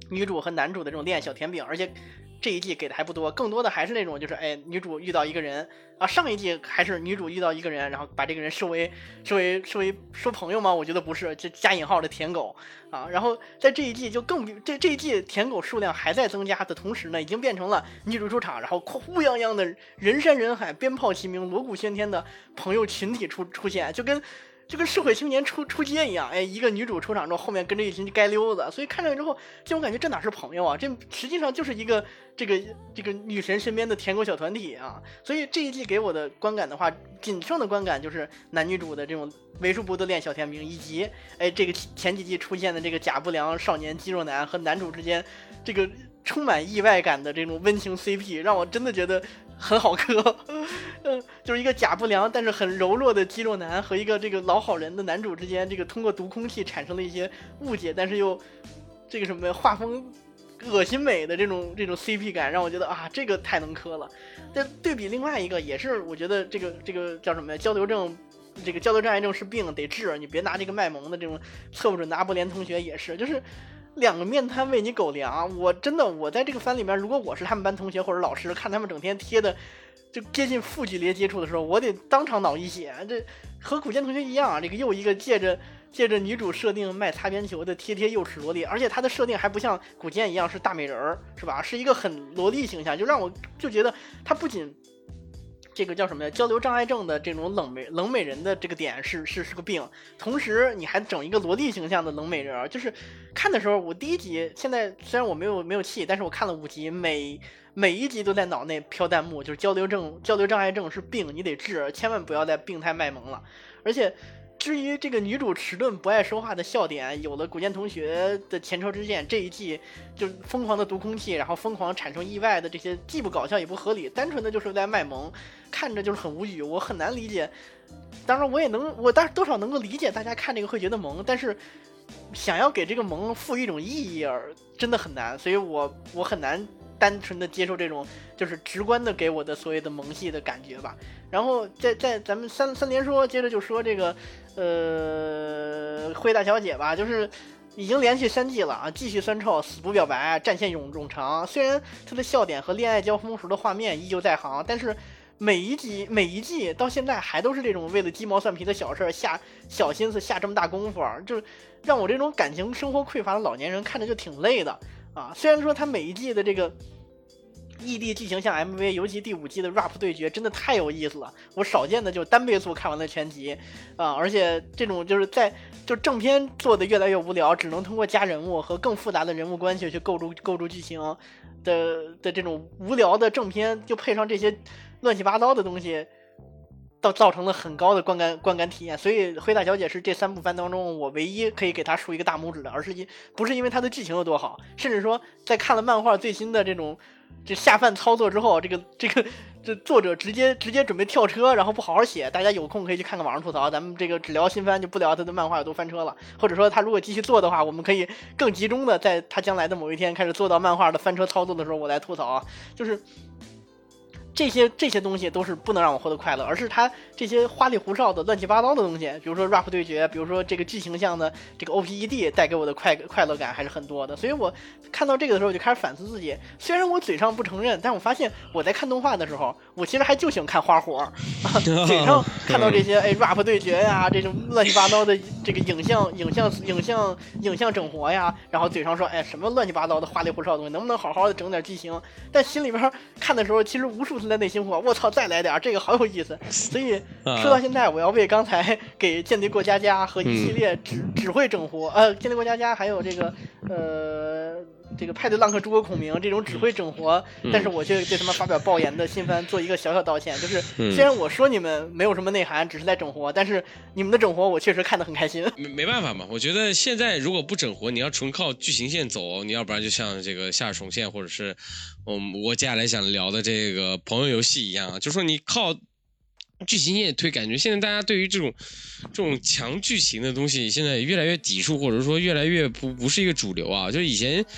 女主和男主的这种恋爱小甜饼，而且这一季给的还不多，更多的还是那种就是女主遇到一个人啊，上一季还是女主遇到一个人，然后把这个人视为说朋友吗？我觉得不是，就加引号的舔狗啊。然后在这一季就更这一季舔狗数量还在增加的同时呢，已经变成了女主出场，然后乌泱泱的人山人海、鞭炮齐鸣、锣鼓喧天的朋友群体出现，就跟社会青年出街一样，一个女主出场之后，后面跟着一群街溜子，所以看上去之后，这种感觉这哪是朋友啊？这实际上就是一个这个女神身边的舔狗小团体啊！所以这一季给我的观感的话，仅剩的观感就是男女主的这种为数不多的恋小甜饼，以及这个前几季出现的这个假不良少年肌肉男和男主之间这个充满意外感的这种温情 CP， 让我真的觉得很好磕。就是一个假不良但是很柔弱的肌肉男和一个这个老好人的男主之间，这个通过读空气产生了一些误解，但是又这个什么画风恶心美的这种 CP 感，让我觉得啊，这个太能磕了。但对比另外一个，也是我觉得这个叫什么呀？交流障碍症是病，得治，你别拿这个卖萌的这种测不准的阿波连同学也是，就是两个面瘫喂你狗粮。我在这个番里面，如果我是他们班同学或者老师，看他们整天贴的就接近负距离接触的时候，我得当场脑溢血。这和古剑同学一样啊，这个又一个借着女主设定卖擦边球的贴幼齿萝莉，而且她的设定还不像古剑一样是大美人儿，是吧？是一个很萝莉形象，就让我就觉得她不仅这个叫什么呀？交流障碍症的这种冷美人的这个点是个病，同时你还整一个萝莉形象的冷美人，就是看的时候，我第一集现在虽然我没有气，但是我看了5集，每一集都在脑内飘弹幕，就是交流障碍症是病，你得治，千万不要再病态卖萌了。而且至于这个女主迟钝不爱说话的笑点，有了古剑同学的前车之鉴，这一季就疯狂的读空气，然后疯狂产生意外的这些，既不搞笑也不合理，单纯的就是在卖萌，看着就是很无语，我很难理解。当然我多少能够理解大家看这个会觉得萌，但是想要给这个萌赋予一种意义真的很难，所以我很难单纯的接受这种就是直观的给我的所谓的萌系的感觉吧。然后在咱们三连说，接着就说这个灰大小姐吧，就是已经连续3季了啊，继续酸臭，死不表白，战线冗长。虽然她的笑点和恋爱交锋时的画面依旧在行，但是每一季到现在还都是这种为了鸡毛蒜皮的小事下小心思下这么大功夫，就让我这种感情生活匮乏的老年人看着就挺累的啊。虽然说他每一季的这个异地剧情像 MV， 尤其第5季的 rap 对决真的太有意思了，我少见的就单倍速看完了全集啊！而且这种就正片做的越来越无聊，只能通过加人物和更复杂的人物关系去构筑剧情的这种无聊的正片，就配上这些乱七八糟的东西，造成了很高的观感体验。所以灰大小姐是这3部番当中我唯一可以给她竖一个大拇指的，不是因为她的剧情有多好，甚至说在看了漫画最新的这下饭操作之后，这作者直接准备跳车，然后不好好写。大家有空可以去看看网上吐槽，咱们这个只聊新番，就不聊他的漫画有多翻车了。或者说他如果继续做的话，我们可以更集中的在他将来的某一天开始做到漫画的翻车操作的时候，我来吐槽啊，就是这些东西都是不能让我获得快乐，而是他这些花里胡哨的乱七八糟的东西，比如说 rap 对决，比如说这个剧情向的这个 OPED 带给我的快乐感还是很多的。所以我看到这个的时候就开始反思自己，虽然我嘴上不承认，但我发现我在看动画的时候，我其实还就喜欢看花活嘴上看到这些rap 对决呀，这种乱七八糟的这个影像整活呀，然后嘴上说什么乱七八糟的花里胡哨的东西，能不能好好的整点剧情？但心里边看的时候，其实无数次在内心话，我操，再来点，这个好有意思。所以说到现在，我要为刚才给间谍过家家和一系列只会整活间谍过家家还有这个派对浪客诸葛孔明这种只会整活，但是我却对他们发表爆言的新番做一个小道歉，就是虽然我说你们没有什么内涵，只是在整活，但是你们的整活我确实看得很开心。 没办法嘛，我觉得现在如果不整活，你要纯靠剧情线走，你要不然就像这个夏日重现或者是我接下来想聊的这个朋友游戏一样，就说你靠剧情线推，感觉现在大家对于这种强剧情的东西现在越来越抵触，或者说越来越不是一个主流啊。就以前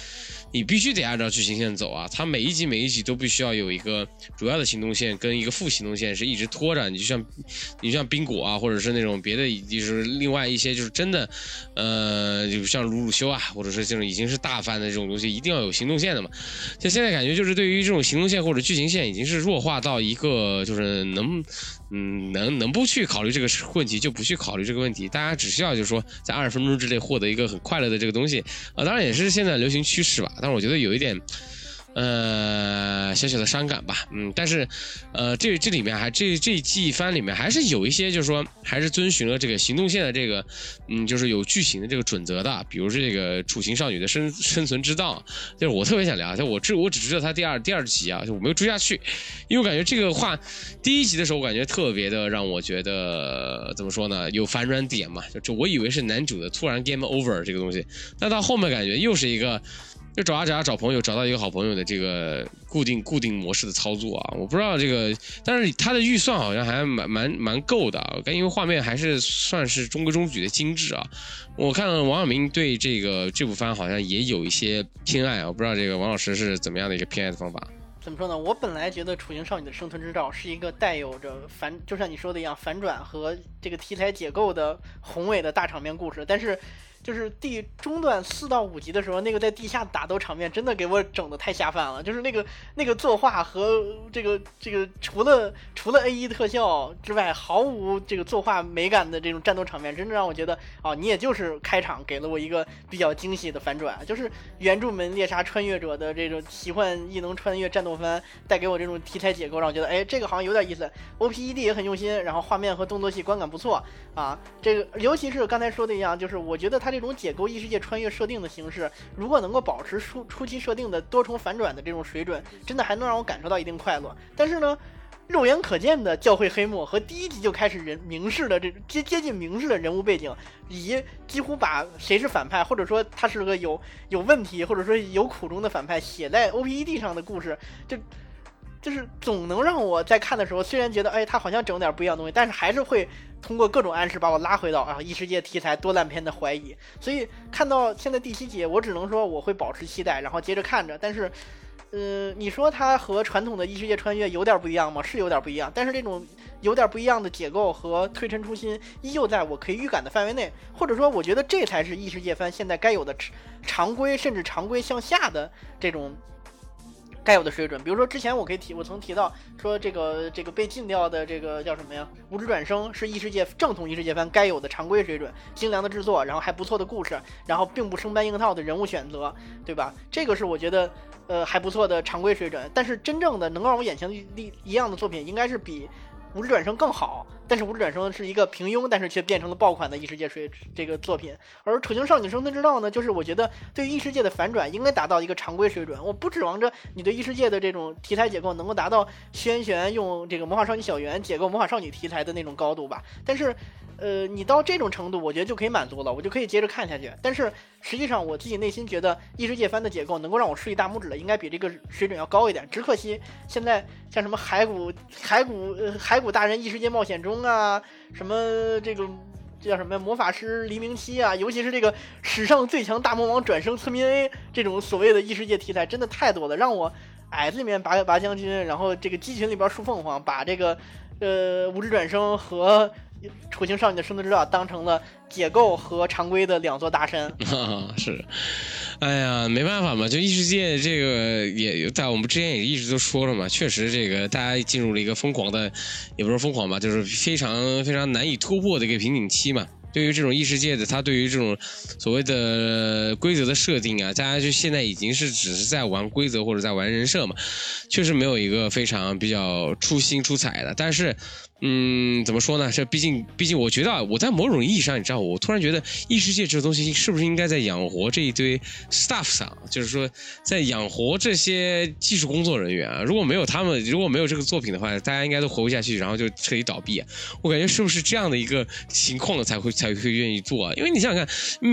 你必须得按照剧情线走啊，它每一集都必须要有一个主要的行动线跟一个副行动线是一直拖着，你像冰果啊，或者是那种别的，就是另外一些就是真的，就像鲁修啊，或者是这种已经是大番的这种东西，一定要有行动线的嘛。像现在感觉就是对于这种行动线或者剧情线已经是弱化到一个就是能不去考虑这个问题就不去考虑这个问题，大家只需要就是说在20分钟之内获得一个很快乐的这个东西啊，当然也是现在流行趋势吧，但是我觉得有一点小小的伤感吧，但是这里面这一季番里面还是有一些就是说还是遵循了这个行动线的这个就是有剧情的这个准则的，比如这个楚行少女的生存之道，就是我特别想聊，我只知道它第二集啊，就我没有追下去，因为我感觉这个话第一集的时候我感觉特别的让我觉得怎么说呢，有反转点嘛，就我以为是男主的突然 game over 这个东西，但到后面感觉又是一个就找朋友找到一个好朋友的这个固定模式的操作啊，我不知道这个，但是他的预算好像还蛮够的啊，因为画面还是算是中规中矩的精致啊。我看王晓明对这部番好像也有一些偏爱啊，我不知道这个王老师是怎么样的一个偏爱的方法。 怎么说呢？我本来觉得《楚行少女的生存之道》是一个带有着就像你说的一样反转和这个题材解构的宏伟的大场面故事，但是就是中段4到5集的时候，那个在地下打斗场面真的给我整的太下饭了。就是那个作画和这个除了 A1 特效之外，毫无这个作画美感的这种战斗场面，真的让我觉得你也就是开场给了我一个比较惊喜的反转，就是原著们猎杀穿越者的这种奇幻异能穿越战斗番带给我这种题材结构，让我觉得这个好像有点意思。OPED 也很用心，然后画面和动作戏观感不错啊。这个尤其是刚才说的一样，就是我觉得它这种解构异世界穿越设定的形式，如果能够保持初期设定的多重反转的这种水准，真的还能让我感受到一定快乐。但是呢，肉眼可见的教会黑幕和第一集就开始明示的接近明示的人物背景，以及几乎把谁是反派，或者说他是个有问题或者说有苦衷的反派写在 OPED 上的故事，就是总能让我在看的时候，虽然觉得他好像整点不一样的东西，但是还是会通过各种暗示把我拉回到异世界题材多烂片的怀疑。所以看到现在第7集，我只能说我会保持期待，然后接着看着。但是你说它和传统的异世界穿越有点不一样吗？是有点不一样，但是这种有点不一样的解构和推陈出新依旧在我可以预感的范围内，或者说我觉得这才是异世界番现在该有的常规甚至常规向下的这种该有的水准。比如说之前我曾提到说这个被禁掉的这个叫什么呀，无职转生是正统异世界番该有的常规水准，精良的制作，然后还不错的故事，然后并不生搬硬套的人物选择，对吧？这个是我觉得还不错的常规水准。但是真正的能够让我眼前一样的作品，应该是比无职转生更好，但是无职转生是一个平庸但是却变成了爆款的异世界这个作品。而楚行少女生存之道呢，就是我觉得对于异世界的反转应该达到一个常规水准，我不指望着你对异世界的这种题材结构能够达到轩辕用这个魔法少女小圆解构魔法少女题材的那种高度吧，但是你到这种程度我觉得就可以满足了，我就可以接着看下去。但是实际上我自己内心觉得异世界番的结构能够让我竖一大拇指的，应该比这个水准要高一点。只可惜现在像什么骸骨大人异世界冒险中啊，什么这叫什么魔法师黎明期啊，尤其是这个史上最强大魔王转生村民 A 这种所谓的异世界题材真的太多了，让我矮子里面拔将军，然后这个鸡群里边树凤凰，把这个无职转生和楚行少女的生存之道当成了解构和常规的两座大山是，哎呀，没办法嘛，就异世界这个也在我们之前也一直都说了嘛，确实这个大家进入了一个疯狂的，也不是疯狂吧，就是非常非常难以突破的一个瓶颈期嘛。对于这种异世界的，它对于这种所谓的规则的设定啊，大家就现在已经是只是在玩规则或者在玩人设嘛，确实没有一个非常比较出新出彩的。但是怎么说呢？这毕竟我觉得我在某种意义上，你知道，我突然觉得异世界这个东西是不是应该在养活这一堆 staff 上，就是说在养活这些技术工作人员啊。如果没有他们，如果没有这个作品的话，大家应该都活不下去，然后就彻底倒闭啊。我感觉是不是这样的一个情况才会愿意做啊？因为你想想看，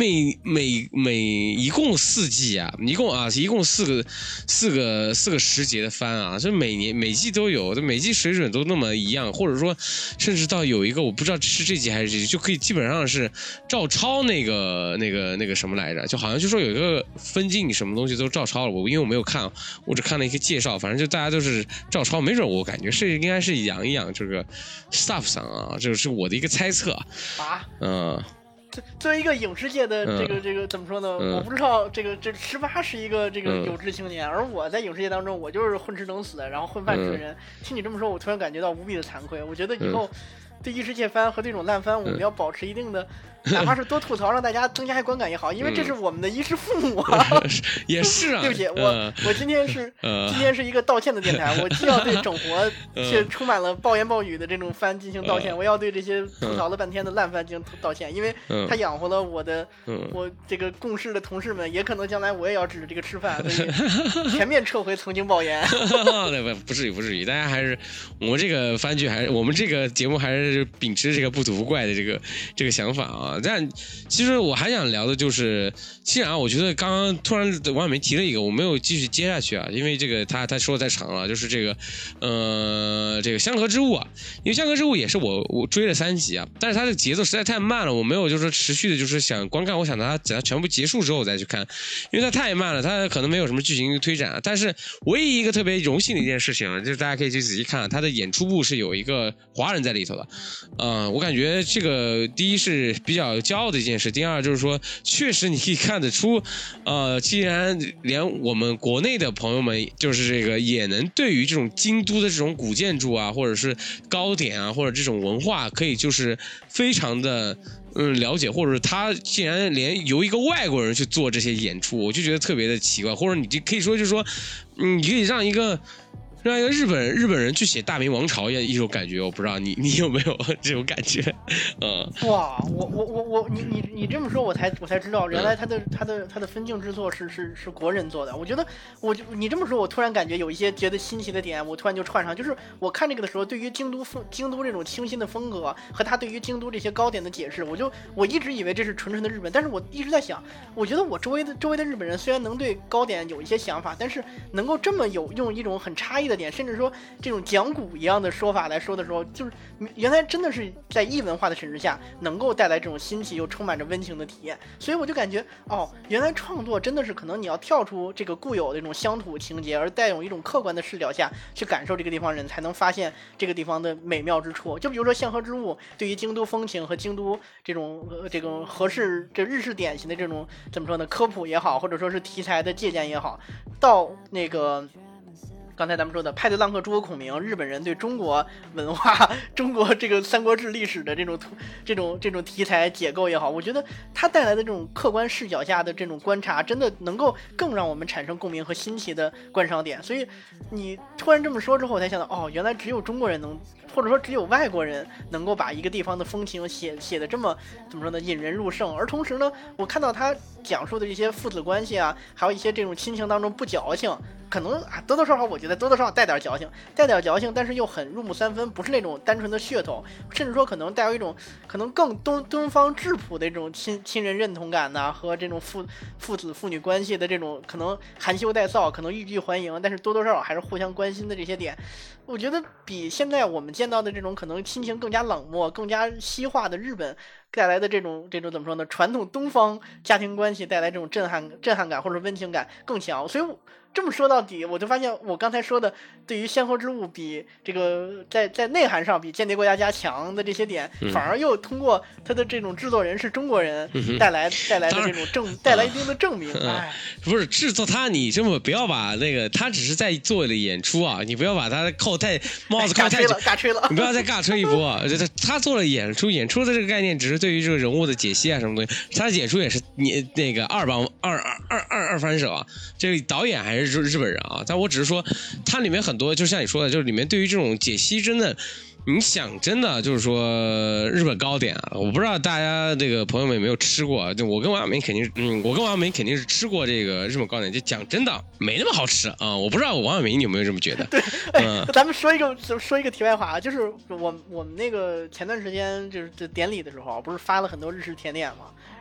一共4季啊，一共四个时节的番啊，这每季都有，每季水准都那么一样，或者说甚至到有一个我不知道是这集还是这集，就可以基本上是照抄那个什么来着，就好像就说有一个分镜什么东西都照抄了，因为我没有看，我只看了一个介绍，反正就大家都是照抄，没准我感觉是应该是养一养这个 staff 上啊，这是我的一个猜测啊。 作为一个影视界的这个怎么说呢？我不知道这18是一个这个有志青年，而我在影视界当中，我就是混吃等死的，然后混饭吃的人。听你这么说，我突然感觉到无比的惭愧。我觉得以后对异世界番和这种烂番，我们要保持一定的。哪怕是多吐槽，让大家增加观感也好，因为这是我们的衣食父母啊。 也是啊， 对不起，我今天是一个道歉的电台，我既要对整活却充满了暴言暴语的这种番进行道歉，我要对这些吐槽了半天的烂番进行道歉，因为他养活了我这个共事的同事们，也可能将来我也要指着这个吃饭，所以全面撤回曾经暴言。 不至于，大家还是我们这个番剧，还是我们这个节目还是秉持这个不吐不怪的这个想法啊。但其实我还想聊的就是，既然我觉得刚刚突然王小梅提了一个，我没有继续接下去啊，因为这个他说的太长了，就是这个香河之物啊，因为香河之物也是我追了3集啊，但是它的节奏实在太慢了，我没有就是说持续的就是想观看，我想等它全部结束之后再去看，因为它太慢了，它可能没有什么剧情推展啊。但是唯一一个特别荣幸的一件事情啊，就是大家可以去仔细看，它的演出部是有一个华人在里头的，我感觉这个第一是比较骄傲的一件事，第二就是说确实你可以看得出既然连我们国内的朋友们就是这个也能对于这种京都的这种古建筑啊，或者是糕点啊，或者这种文化可以就是非常的了解，或者是他竟然连由一个外国人去做这些演出，我就觉得特别的奇怪，或者你就可以说就是说你可以让一个日本人去写大明王朝一种感觉，我不知道你有没有这种感觉？ 哇，你这么说，我才知道，原来他的分镜制作是国人做的。我觉得你这么说，我突然感觉有一些觉得新奇的点，我突然就串上。就是我看这个的时候，对于京都这种清新的风格和他对于京都这些糕点的解释，我一直以为这是纯的日本，但是我一直在想，我觉得我周围的日本人虽然能对糕点有一些想法，但是能够这么用一种很差异的点，甚至说这种讲古一样的说法来说的时候，就是原来真的是在异文化的审视下，能够带来这种新奇又充满着温情的体验。所以我就感觉，原来创作真的是可能你要跳出这个固有的这种乡土情节，而带有一种客观的视角下去感受这个地方人，才能发现这个地方的美妙之处。就比如说香河之物对于京都风情和京都这种合适这日式典型的这种怎么说呢，科普也好，或者说是题材的借鉴也好，到那个刚才咱们说的派对浪客诸葛孔明，日本人对中国文化、中国这个三国志历史的这种题材解构也好，我觉得它带来的这种客观视角下的这种观察，真的能够更让我们产生共鸣和新奇的观赏点。所以你突然这么说之后，我才想到，原来只有中国人能，或者说只有外国人能够把一个地方的风情写的这么怎么说呢，引人入胜。而同时呢，我看到他讲述的这些父子关系啊，还有一些这种亲情当中不矫情，可能多多少少我觉得多多少少带点矫情，但是又很入木三分，不是那种单纯的噱头，甚至说可能带有一种可能更东方质朴的这种亲人认同感呐，和这种父子父女关系的这种可能含羞带臊，可能欲拒还迎，但是多多少少还是互相关心的这些点，我觉得比现在我们见到的这种可能亲情更加冷漠、更加西化的日本带来的这种怎么说呢？传统东方家庭关系带来这种震撼感或者温情感更强，所以这么说到底，我就发现我刚才说的对于仙后之物比这个在内涵上比间谍过家家强的这些点，反而又通过他的这种制作人是中国人带来的这种带来一定的证明。 不是制作他，你这么不要把那个他只是在做的演出啊，你不要把他帽子扣太尬吹了， 你不要再尬吹一波。他做了演出的这个概念只是对于这个人物的解析啊什么东西，他的演出也是你那个二番手啊，这个导演还是日本人啊，但我只是说它里面很多就像你说的，就是里面对于这种解析真的你想真的就是说日本糕点啊，我不知道大家这个朋友们有没有吃过，就我跟王小梅肯定是吃过这个日本糕点，就讲真的没那么好吃啊，我不知道王小梅你有没有这么觉得？ 对，咱们说一个题外话，就是我们那个前段时间就是典礼的时候，不是发了很多日式甜点吗？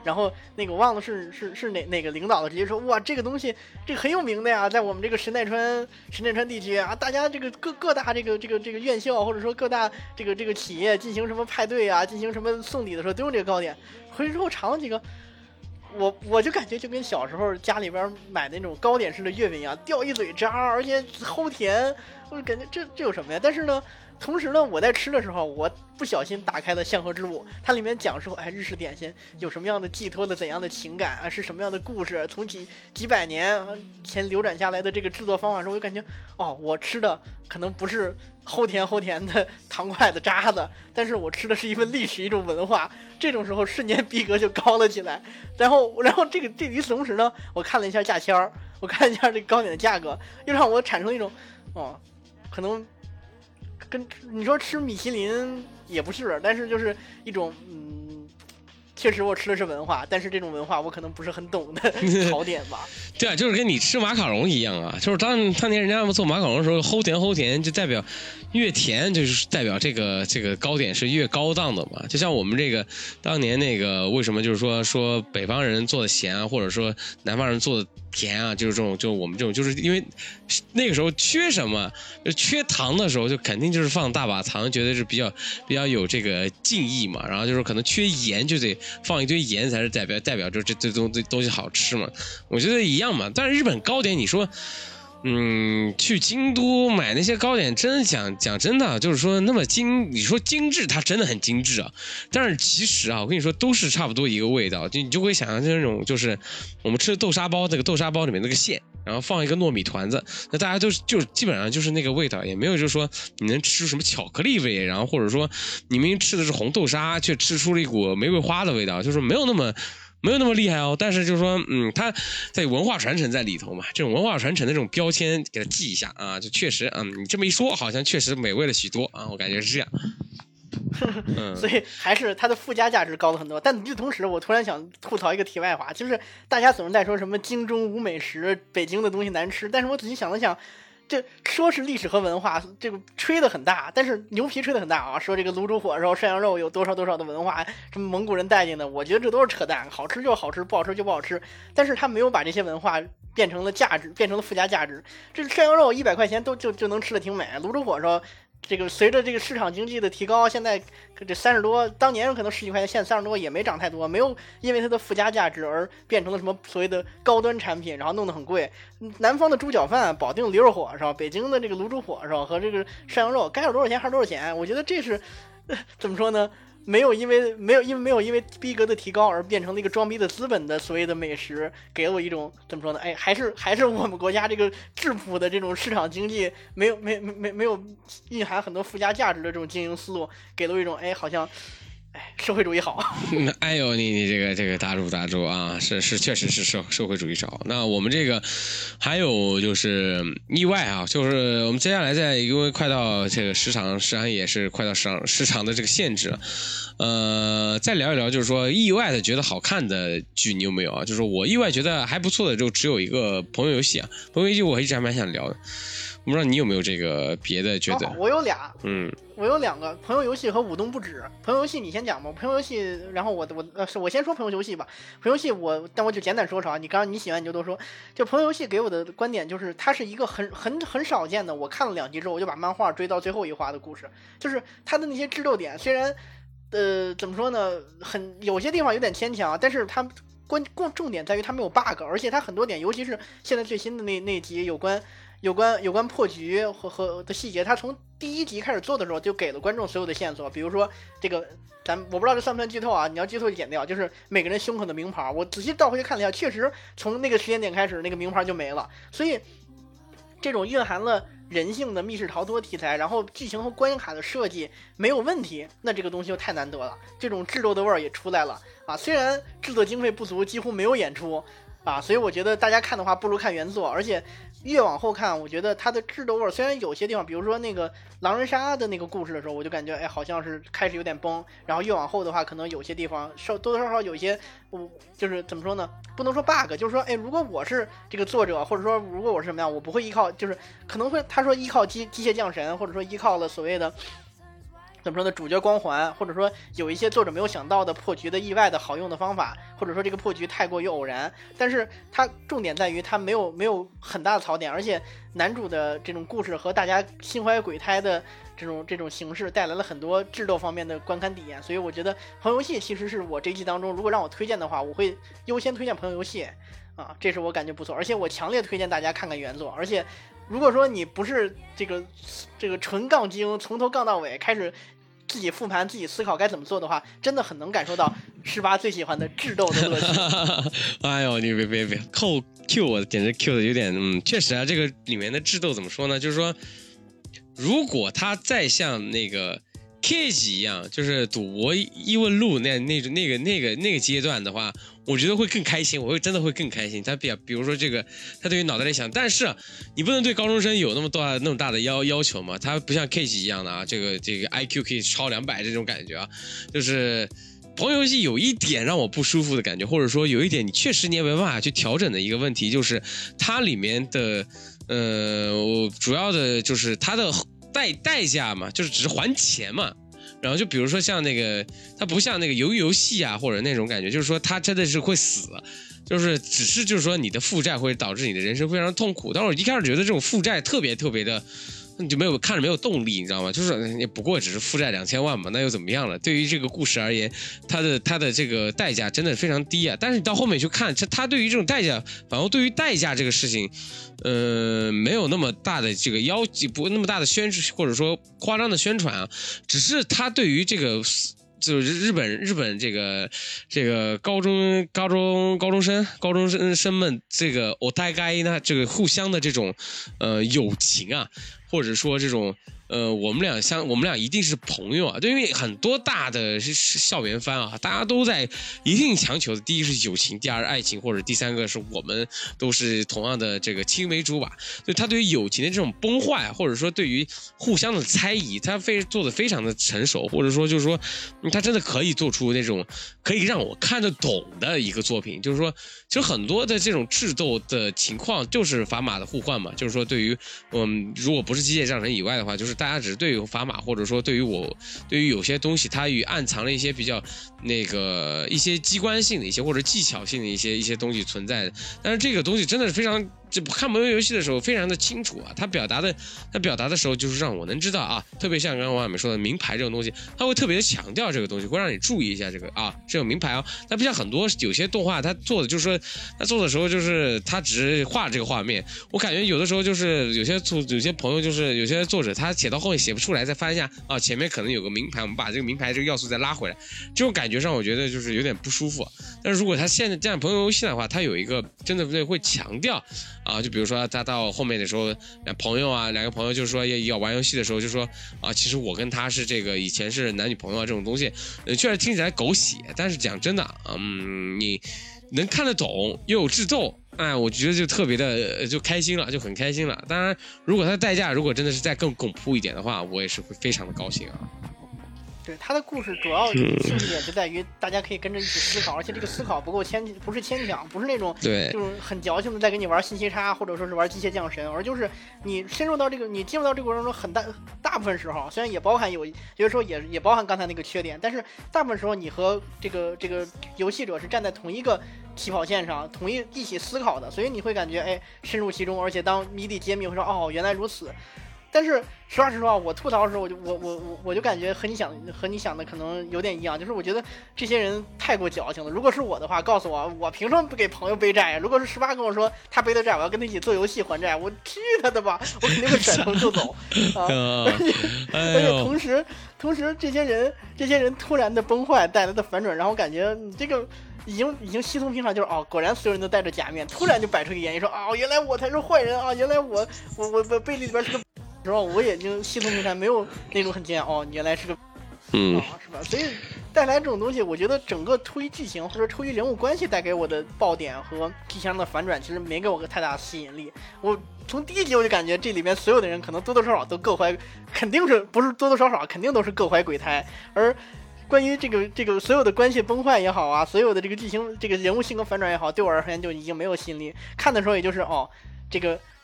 然后那个我忘了是哪个领导的直接说，哇，这个东西这个很有名的呀，在我们这个神奈川地区啊，大家这个各大这个院校或者说各大这个企业进行什么派对啊，进行什么送礼的时候都用这个糕点。回去之后尝了几个。我就感觉就跟小时候家里边买那种糕点式的月饼一样，掉一嘴渣，而且齁甜，我就感觉这有什么呀？但是呢，同时呢，我在吃的时候，我不小心打开了《相和之舞》，它里面讲说，哎，日式点心有什么样的寄托的怎样的情感啊，是什么样的故事，从几百年前流转下来的这个制作方法时候，我就感觉，哦，我吃的可能不是齁甜的糖块的渣子，但是我吃的是一份历史，一种文化。这种时候瞬间逼格就高了起来。然后这与此同时呢，我看了一下价签儿，我看了一下这个糕点的价格，又让我产生一种，哦，可能跟你说吃米其林也不是，但是就是一种确实我吃的是文化，但是这种文化我可能不是很懂的考点吧。 对啊，就是跟你吃马卡龙一样啊，就是当年人家做马卡龙的时候，齁甜，就代表越甜，就是代表这个糕点是越高档的嘛。就像我们这个当年那个为什么就是说北方人做的咸啊，或者说南方人做的甜啊，就是这种，就我们这种，就是因为那个时候缺什么，就缺糖的时候，就肯定就是放大把糖，觉得是比较有这个敬意嘛。然后就是可能缺盐，就得放一堆盐才是代表就这东西好吃嘛。我觉得一样嘛。但是日本糕点，你说。去京都买那些糕点，真讲真的，就是说那么你说精致，它真的很精致啊。但是其实啊，我跟你说，都是差不多一个味道，你就会想象那种，就是我们吃的豆沙包，那个豆沙包里面那个馅，然后放一个糯米团子，那大家就基本上就是那个味道，也没有就是说你能吃出什么巧克力味，然后或者说你明明吃的是红豆沙，却吃出了一股玫瑰花的味道，就是没有那么厉害哦，但是就是说，它在文化传承在里头嘛，这种文化传承的这种标签给它记一下啊，就确实，你这么一说，好像确实美味了许多啊，我感觉是这样。 所以还是它的附加价值高了很多。但与此同时，我突然想吐槽一个题外话，就是大家总是在说什么京中无美食，北京的东西难吃，但是我仔细想了想。这说是历史和文化，这个吹得很大，但是牛皮吹得很大啊！说这个卤煮火烧、涮羊肉有多少的文化，什么蒙古人带进的，我觉得这都是扯淡，好吃就好吃，不好吃就不好吃。但是他没有把这些文化变成了价值，变成了附加价值。这涮羊肉100块钱就能吃得挺美，卤煮火烧。这个随着这个市场经济的提高，现在这30多，当年可能10几块钱，现在30多也没涨太多，没有因为它的附加价值而变成了什么所谓的高端产品，然后弄得很贵。南方的猪脚饭、保定驴肉火烧，北京的这个卤煮火烧和这个涮羊肉，该有多少钱还是多少钱？我觉得这是怎么说呢？没有因为逼格的提高而变成了一个装逼的资本的所谓的美食，给了我一种怎么说呢？哎，还是我们国家这个质朴的这种市场经济，没有蕴含很多附加价值的这种经营思路，给了我一种哎好像。社会主义好。 哎呦，你这个打住啊，是确实是社会主义好。那我们这个还有就是意外啊，就是我们接下来因为快到这个时长也是快到时长的这个限制了，再聊一聊，就是说意外的觉得好看的剧你有没有啊？就是我意外觉得还不错的就只有一个朋友游戏啊，朋友游戏我一直还蛮想聊的。我不知道你有没有这个别的觉得？ 我有俩，我有2个朋友游戏和舞动不止。朋友游戏你先讲吧，朋友游戏，然后我先说朋友游戏吧。朋友游戏但我就简短说说啊，你喜欢你就多说。就朋友游戏给我的观点就是，它是一个很少见的，我看了2集之后我就把漫画追到最后一话的故事。就是它的那些智斗点，虽然怎么说呢，有些地方有点牵强，但是它重点在于它没有 bug， 而且它很多点，尤其是现在最新的那集有关破局和的细节，他从第1集开始做的时候就给了观众所有的线索，比如说这个我不知道这算不算剧透啊？你要剧透就剪掉，就是每个人胸口的名牌，我仔细倒回去看了一下，确实从那个时间点开始，那个名牌就没了。所以这种蕴含了人性的密室逃脱题材，然后剧情和关卡的设计没有问题，那这个东西就太难得了，这种智斗的味儿也出来了啊！虽然制作经费不足，几乎没有演出啊，所以我觉得大家看的话不如看原作，而且越往后看，我觉得它的智斗味虽然有些地方，比如说那个狼人杀的那个故事的时候，我就感觉好像是开始有点崩，然后越往后的话，可能有些地方多多少少有一些，就是怎么说呢，不能说 bug， 就是说如果我是这个作者，或者说如果我是什么样，我不会依靠，就是可能会他说依靠机械降神，或者说依靠了所谓的怎么说呢？主角光环，或者说有一些作者没有想到的破局的意外的好用的方法，或者说这个破局太过于偶然。但是它重点在于它没有很大的槽点，而且男主的这种故事和大家心怀鬼胎的这种形式带来了很多智斗方面的观看体验。所以我觉得朋友游戏其实是我这一季当中，如果让我推荐的话，我会优先推荐朋友游戏啊，这是我感觉不错。而且我强烈推荐大家看看原作，而且如果说你不是这个纯杠精，从头杠到尾开始自己复盘、自己思考该怎么做的话，真的很能感受到18最喜欢的智斗的乐趣。 哎呦，你别扣 Q 我，简直 Q 的有点确实啊，这个里面的智斗怎么说呢？就是说，如果他再像那个 Cage 一样，就是赌博异闻录那个阶段的话，我觉得会更开心，我会真的会更开心。他比如说这个，他对于脑袋里想，但是你不能对高中生有那么大的要求嘛？他不像 Cage 一样的啊，这个 IQ 可以超200这种感觉啊，就是朋友游戏有一点让我不舒服的感觉，或者说有一点你确实你也没办法去调整的一个问题，就是它里面的主要的就是它的代价嘛，就是只是还钱嘛。然后就比如说像那个，它不像那个游戏啊，或者那种感觉，就是说它真的是会死，只是就是说你的负债会导致你的人生非常痛苦。但是我一开始觉得这种负债特别的。你就看着没有动力，你知道吗？就是也不过只是负债2000万嘛，那又怎么样了？对于这个故事而言，它的这个代价真的非常低啊。但是你到后面去看，它对于这种代价，反而对于代价这个事情，没有那么大的这个不那么大的或者说夸张的宣传啊，只是它对于这个。就是日本这个高中生们这个お互い呢，这个互相的这种友情啊，或者说这种我们俩一定是朋友啊，对，因为很多大的校园番啊，大家都在一定强求的，第一是友情，第二是爱情，或者第三个是我们都是同样的这个青梅竹马，所以他对于友情的这种崩坏，或者说对于互相的猜疑，他做的非常的成熟，或者说就是说他真的可以做出那种可以让我看得懂的一个作品，就是说其实很多的这种智斗的情况就是砝码的互换嘛，就是说对于如果不是机械战神以外的话，就是大家只是对于砝码，或者说对于有些东西它与暗藏了一些比较那个一些机关性的一些或者技巧性的一些东西存在的，但是这个东西真的是非常，这看朋友游戏的时候非常的清楚啊，他表达的时候就是让我能知道啊，特别像刚刚王小美说的名牌这种东西，他会特别强调这个东西，会让你注意一下这个啊，这有名牌啊，他不像很多有些动画他做的就是说他做的时候就是他只是画这个画面，我感觉有的时候就是有些朋友就是有些作者他写到后面写不出来，再翻一下啊，前面可能有个名牌，我们把这个名牌这个要素再拉回来，这种感觉上我觉得就是有点不舒服。但是如果他现在这样朋友游戏的话，他有一个真的会强调啊，就比如说他到后面的时候，两个朋友就是说要玩游戏的时候就说啊，其实我跟他是这个以前是男女朋友啊，这种东西，确实听起来狗血，但是讲真的，你能看得懂又有智斗，哎，我觉得就特别的就开心了，就很开心了。当然，如果它的代价如果真的是再更恐怖一点的话，我也是会非常的高兴啊。 对，他的故事主要兴趣点就在于大家可以跟着一起思考，而且这个思考不是牵强，不是那种就是很矫情的在跟你玩信息差或者说是玩机械降神，而就是你深入到你进入到这个过程中大部分时候，虽然也包含有的时候也包含刚才那个缺点，但是大部分时候你和这个游戏者是站在同一个起跑线上，一起思考的，所以你会感觉哎深入其中，而且当谜底揭秘会说哦原来如此。但是实话，我吐槽的时候，我就感觉和你想的可能有点一样，就是我觉得这些人太过矫情了。如果是我的话，告诉我凭什么不给朋友背债？如果是18跟我说他背的债，我要跟他一起做游戏还债，我去他的吧，我肯定会甩头就走啊！而且同时这些人突然的崩坏带来的反转，让我感觉你这个。已经稀松平常，就是果然所有人都戴着假面，突然就摆出一个演绎说原来我才是坏人啊，原来我背里边是个，然后我也就稀松平常，没有那种很惊讶原来是个，是吧？所以带来这种东西，我觉得整个出于剧情或者出于人物关系带给我的爆点和剧情上的反转，其实没给我个太大的吸引力。我从第一集我就感觉这里面所有的人可能多多少少都各怀，肯定是不是多多少少肯定都是各怀鬼胎，而。关于这个所有的关系崩坏也好啊，所有的这个剧情这个人物性格反转也好，对我而言就已经没有吸引力。看的时候也就是这个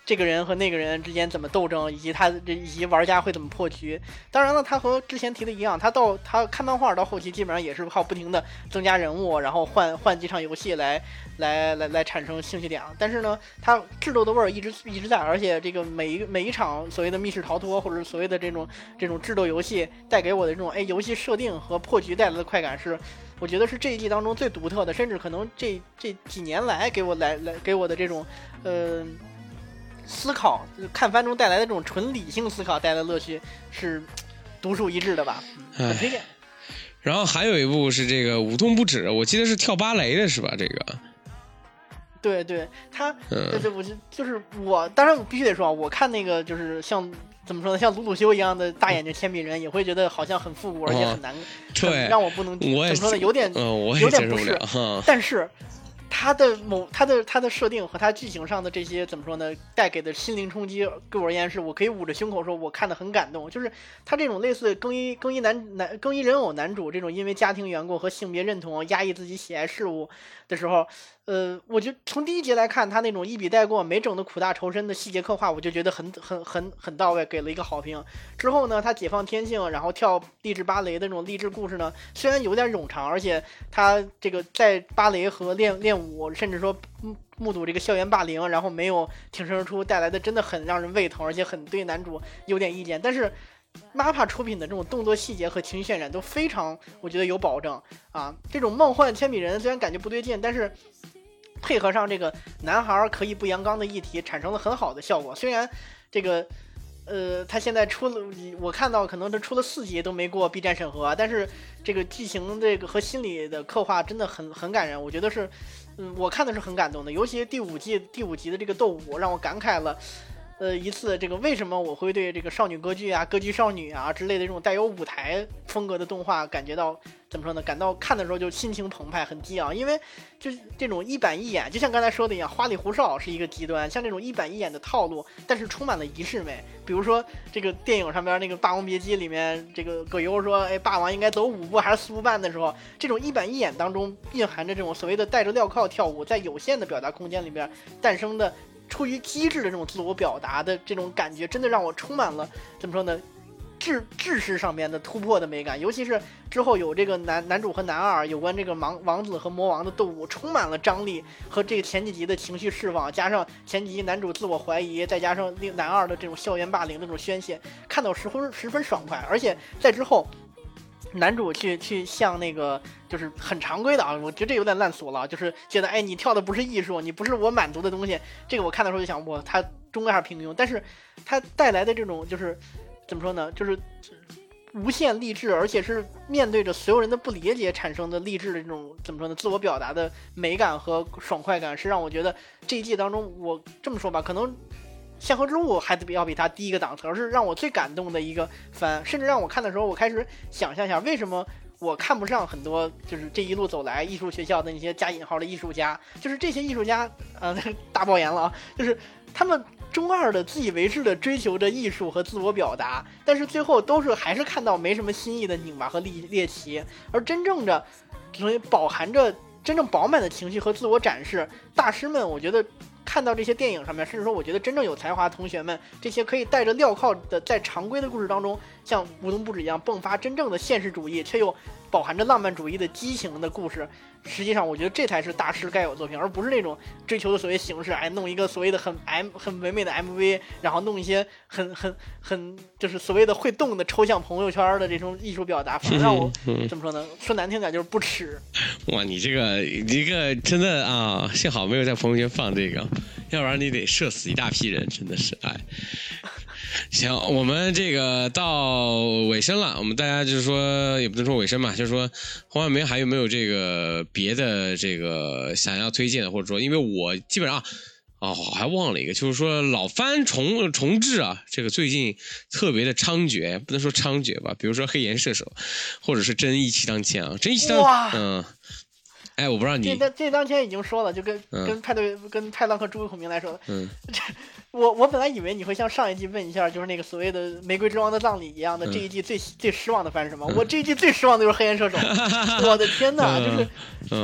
这个人和那个人之间怎么斗争，以及玩家会怎么破局。当然了，他和之前提的一样，他看漫画到后期基本上也是靠不停的增加人物，然后换几场游戏来产生兴趣点。但是呢，他制度的味儿一直在，而且这个每一场所谓的密室逃脱或者所谓的这种智斗游戏带给我的这种游戏设定和破局带来的快感是。我觉得是这一季当中最独特的，甚至可能这几年来给我的这种思考看番中带来的这种纯理性思考带来的乐趣是独树一帜的吧，很推荐。 然后还有一部是这个舞动不止，我记得是跳芭蕾的是吧？这个。 对，他对，我当然我必须得说，我看那个就是像。怎么说呢？像鲁鲁修一样的大眼睛铅笔人，也会觉得好像很复古，而且很难， 对， 让我不能怎么说呢？有点不适。但是他的设定和他剧情上的这些怎么说呢？带给的心灵冲击，对我而言是我可以捂着胸口说，我看得很感动。就是他这种类似更衣人偶男主这种因为家庭缘故和性别认同压抑自己喜爱事物的时候。我就从第一集来看，他那种一笔带过、没整的苦大仇深的细节刻画，我就觉得很到位，给了一个好评。之后呢，他解放天性，然后跳励志芭蕾的那种励志故事呢，虽然有点冗长，而且他这个在芭蕾和练舞，甚至说目睹这个校园霸凌，然后没有挺身而出，带来的真的很让人胃疼，而且很对男主有点意见。但是MAPPA 出品的这种动作细节和情绪渲染都非常，我觉得有保证啊。这种梦幻铅笔人虽然感觉不对劲，但是配合上这个男孩可以不阳刚的议题，产生了很好的效果。虽然这个他现在出了，我看到可能他出了4集都没过 B 站审核，但是这个剧情这个和心理的刻画真的很感人，我觉得是我看的是很感动的。尤其第五集的这个斗舞让我感慨了一次这个为什么我会对这个少女歌剧啊、歌剧少女啊之类的这种带有舞台风格的动画感觉到怎么说呢？感到看的时候就心情澎湃、很激昂，因为就是这种一板一眼，就像刚才说的一样，花里胡哨是一个极端，像这种一板一眼的套路，但是充满了仪式美。比如说这个电影上边那个《霸王别姬》里面，这个葛优说，霸王应该走5步还是4步半的时候，这种一板一眼当中蕴含着这种所谓的带着镣铐跳舞，在有限的表达空间里边诞生的。出于机智的这种自我表达的这种感觉，真的让我充满了怎么说呢？制式上面的突破的美感，尤其是之后有这个男主和男二有关这个王子和魔王的斗舞，充满了张力和这个前几集的情绪释放，加上前几集男主自我怀疑，再加上男二的这种校园霸凌的这种宣泄，看到十分爽快，而且在之后。男主去向那个就是很常规的啊，我觉得这有点烂俗了，就是觉得你跳的不是艺术，你不是我满足的东西，这个我看的时候就想，他终归还是平庸，但是他带来的这种就是怎么说呢，就是无限励志，而且是面对着所有人的不理解产生的励志的这种怎么说呢，自我表达的美感和爽快感，是让我觉得这一季当中，我这么说吧，可能。向河之物还要比他低一个档次，而是让我最感动的一个番，甚至让我看的时候，我开始想象一下，为什么我看不上很多就是这一路走来艺术学校的那些加引号的艺术家，就是这些艺术家，大爆言了啊，就是他们中二的自以为是的追求着艺术和自我表达，但是最后都是还是看到没什么新意的拧巴和猎奇，而真正的所以饱含着真正饱满的情绪和自我展示，大师们我觉得。看到这些电影上面，甚至说我觉得真正有才华的同学们，这些可以带着镣铐的在常规的故事当中像舞动不止一样迸发真正的现实主义却又饱含着浪漫主义的激情的故事，实际上我觉得这才是大师该有作品，而不是那种追求的所谓形式，弄一个所谓的很唯美的 MV， 然后弄一些很就是所谓的会动的抽象朋友圈的这种艺术表达，反而让我怎么说呢，说难听点就是不耻。 哇，你这个真的啊，幸好没有在朋友圈放这个，要不然你得社死一大批人，真的是行，我们这个到尾声了，我们大家就是说，也不能说尾声吧，就是说黄晓明还有没有这个别的这个想要推荐的，或者说，因为我基本上我还忘了一个，就是说老番重制啊，这个最近特别的猖獗，不能说猖獗吧，比如说黑岩射手，或者是真义气当千啊，真义气当我不知道你这当天已经说了，就跟派浪克朱孔明来说的，我本来以为你会像上一季问一下，就是那个所谓的玫瑰之王的葬礼一样的，这一季最失望的番是什么？我这一季最失望的就是黑岩射手，我的天哪，就是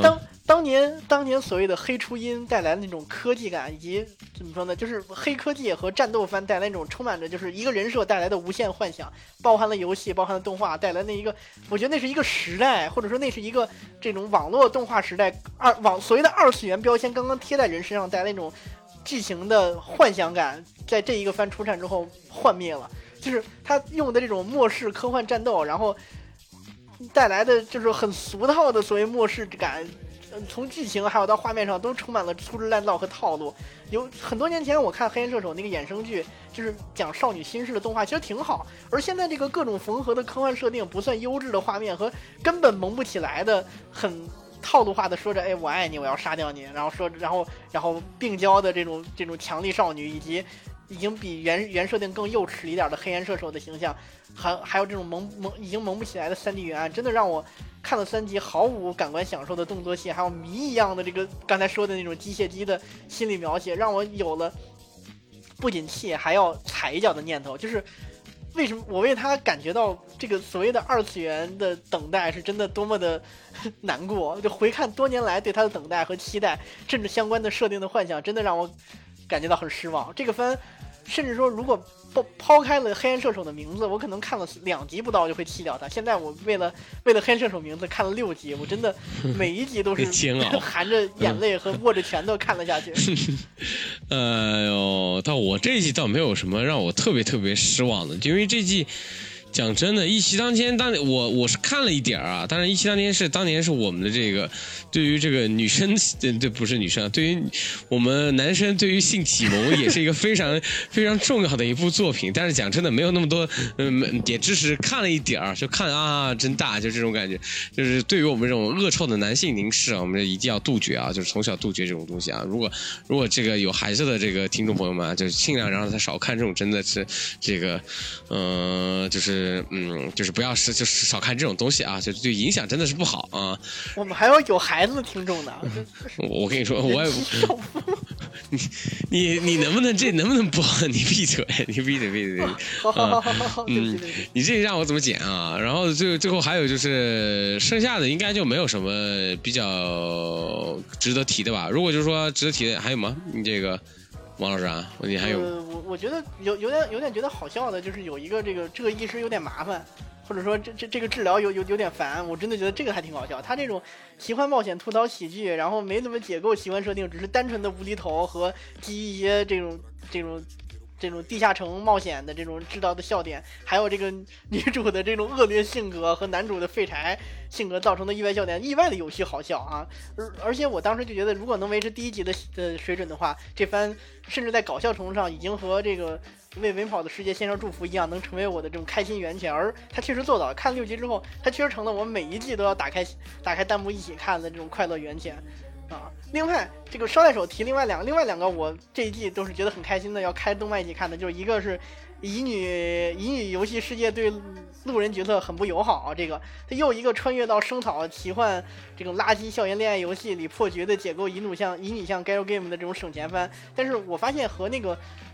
当年所谓的黑初音带来的那种科技感，以及怎么说呢，就是黑科技和战斗番带来那种充满着就是一个人设带来的无限幻想，包含了游戏，包含了动画，带来那一个，我觉得那是一个时代，或者说那是一个这种网络动画时代所谓的二次元标签刚刚贴在人身上，带来那种剧情的幻想感，在这一个番出产之后幻灭了。就是他用的这种末世科幻战斗，然后带来的就是很俗套的所谓末世感。从剧情还有到画面上都充满了粗制滥造和套路。有很多年前我看《黑岩射手》那个衍生剧，就是讲少女心事的动画，其实挺好。而现在这个各种缝合的科幻设定，不算优质的画面和根本萌不起来的很套路化的说着哎我爱你我要杀掉你，然后病娇的这种强力少女，以及已经比原设定更幼齿一点的黑岩射手的形象，还有这种已经萌不起来的3D 原案，真的让我看了3集毫无感官享受的动作戏，还有谜一样的这个刚才说的那种机械姬的心理描写，让我有了不仅气还要踩一脚的念头。就是为什么我为他感觉到这个所谓的二次元的等待是真的多么的难过，就回看多年来对他的等待和期待，甚至相关的设定的幻想，真的让我感觉到很失望。这个番甚至说如果抛开了黑岩射手的名字，我可能看了2集不到就会弃掉它。现在我为了黑岩射手名字看了6集，我真的每一集都是含着眼泪和握着拳头看了下去。 到我这一季倒没有什么让我特别失望的，因为这季讲真的，一骑当千，我是看了一点啊，当然一骑当千是当年是我们的这个对于这个女生，对不是女生，对于我们男生对于性启蒙也是一个非常重要的一部作品。但是讲真的，没有那么多，也只是看了一点儿，就看啊真大，就这种感觉。就是对于我们这种恶臭的男性凝视啊，我们一定要杜绝啊，就是从小杜绝这种东西啊。如果这个有孩子的这个听众朋友们啊，就尽量让他少看这种，真的是这个，就是不要就是少看这种东西啊，就对影响真的是不好啊。 我们还有孩子的听众呢。 我跟你说，我也你能不能播？你闭嘴！你闭嘴！ 好， 你这让我怎么剪啊？然后最后还有就是剩下的应该就没有什么比较值得提的吧？如果就是说值得提的还有吗？你这个。王老师啊，你还有？ 我觉得有点觉得好笑的，就是有一个这个医师有点麻烦，或者说这个治疗有点烦，我真的觉得这个还挺搞笑。他这种奇幻冒险吐槽喜剧，然后没怎么解构奇幻设定，只是单纯的无厘头和基于一些这种地下城冒险的这种制造的笑点，还有这个女主的这种恶劣性格和男主的废柴性格造成的意外笑点，意外的有趣好笑啊！而且我当时就觉得，如果能维持第1集的水准的话，这番甚至在搞笑程度上已经和这个为文跑的世界献上祝福一样，能成为我的这种开心源泉。而他确实做到，看6集之后，他确实成了我们每一季都要打开弹幕一起看的这种快乐源泉。啊，另外这个捎带手提另外两个我这一季都是觉得很开心的，要开动漫一起看的，就是一个是乙女游戏世界对路人角色很不友好啊，这个它又一个穿越到生草奇幻这种垃圾校园恋爱游戏里破局的解构乙女向 Gal Game 的这种省钱番，但是我发现和那个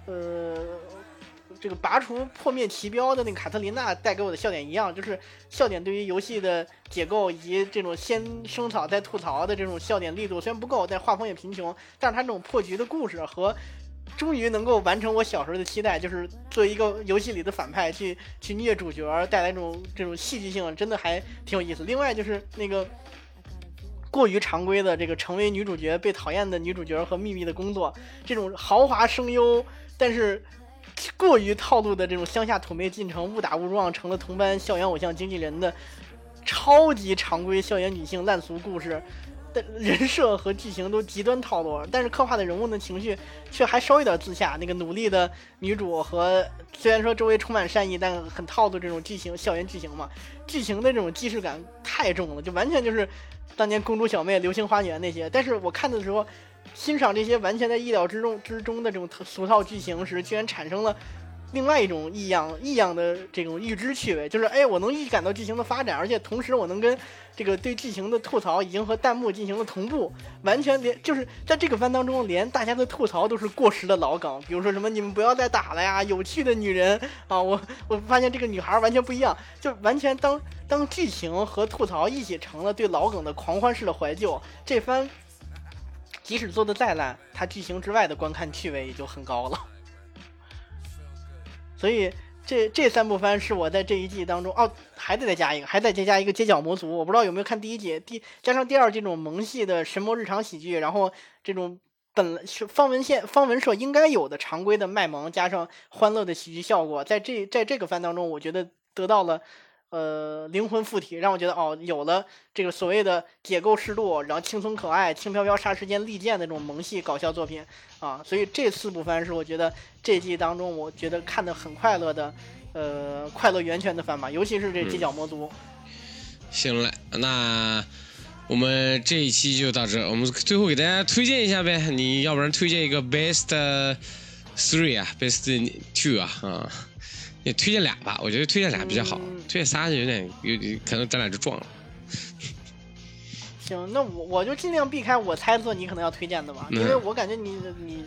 这个拔除破灭奇标的那个卡特琳娜带给我的笑点一样，就是笑点对于游戏的解构以及这种先声讨再吐槽的这种笑点力度虽然不够，但画风也贫穷，但是他这种破局的故事和终于能够完成我小时候的期待，就是作为一个游戏里的反派去虐主角，带来这种戏剧性，真的还挺有意思。另外就是那个过于常规的这个成为女主角被讨厌的女主角和秘密的工作，这种豪华声优但是过于套路的这种乡下土妹进城误打误撞成了同班校园偶像经纪人的超级常规校园女性烂俗故事的人设和剧情都极端套路，但是刻画的人物的情绪却还稍有点自洽。那个努力的女主和虽然说周围充满善意但很套路这种剧情，校园剧情嘛，剧情的这种既视感太重了，就完全就是当年公主小妹流星花园那些。但是我看的时候欣赏这些完全在意料之中的这种俗套剧情时，居然产生了另外一种异样的这种预知趣味，就是哎，我能预感到剧情的发展，而且同时我能跟这个对剧情的吐槽已经和弹幕进行了同步，完全就是在这个番当中，连大家的吐槽都是过时的老梗，比如说什么你们不要再打了呀，有趣的女人啊，我发现这个女孩完全不一样，就完全当剧情和吐槽一起成了对老梗的狂欢式的怀旧，这番即使做的再烂，它剧情之外的观看趣味也就很高了。所以这3部番是我在这一季当中还得再加一个街角魔族。我不知道有没有看第一季，加上第2这种萌系的神魔日常喜剧，然后这种方文社应该有的常规的卖萌，加上欢乐的喜剧效果，在这个番当中，我觉得得到了灵魂附体，让我觉得有了这个所谓的解构适度，然后轻松可爱、轻飘飘杀时间利剑的这种萌系搞笑作品啊，所以这4部番是我觉得这季当中我觉得看得很快乐的快乐源泉的番吧，尤其是这街角魔族。 行了，那我们这一期就到这，我们最后给大家推荐一下呗，你要不然推荐一个 best 3啊 best 2啊也推荐俩吧，我觉得推荐俩比较好，推荐仨就有点可能咱俩就撞了。 行，那我就尽量避开我猜测你可能要推荐的吧，因为我感觉你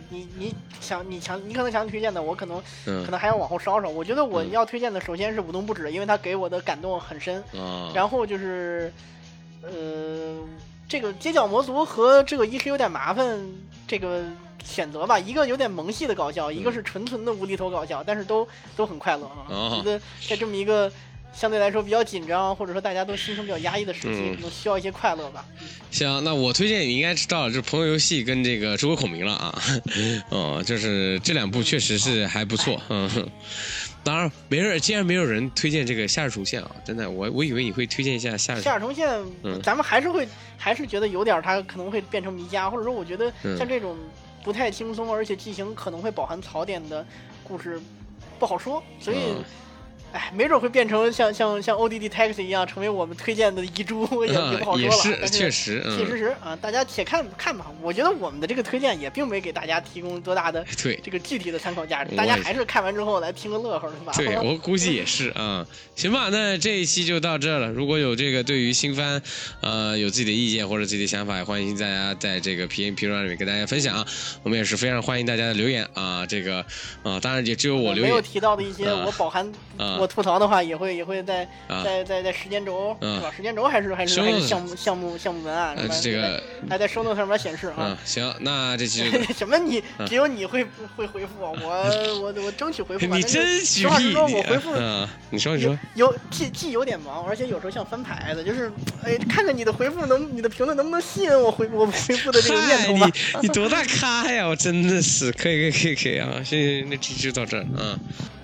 可能想推荐的，我可能还要往后稍。我觉得我要推荐的首先是舞动不止，因为它给我的感动很深，然后就是这个街角魔族和这个一时有点麻烦这个选择吧，一个有点萌系的搞笑，一个是纯的无厘头搞笑，但是都很快乐啊。觉得在这么一个相对来说比较紧张，或者说大家都心情比较压抑的时期，可能需要一些快乐吧。 行，那我推荐你应该知道，就是朋友游戏跟这个诸葛孔明了啊。就是这2部确实是还不错。当然既然没有人推荐这个夏日重现啊，真的，我以为你会推荐一下夏日重现。咱们还是觉得有点它可能会变成迷家，或者说我觉得像这种不太轻松，而且剧情可能会饱含槽点的故事不好说，所以没准会变成像 ODD Taxi 一样，成为我们推荐的遗珠，也不好说了。 也是确实啊，大家且看吧。我觉得我们的这个推荐也并没给大家提供多大的这个具体的参考价值，大家还是看完之后来听个乐呵的吧。 对，我估计也是啊。行吧，那这一期就到这了。如果有这个对于新番有自己的意见或者自己的想法，也欢迎大家在这个评论里面跟大家分享。我们也是非常欢迎大家的留言啊，这个当然也只有我留言没有提到的一些我饱含我吐槽的话，也会在时间轴是吧？时间轴还是项目文案， 这个还在收note上面显示啊。 行，那这期什么只有你会回复我争取回复。 你争取实话实说，我回复你说既有点忙，而且有时候像翻牌子，就是看看你的回复你的评论能不能吸引我回复的这个念头吧。 你多大咖呀！我真的是可以啊！行，那这期就到这啊。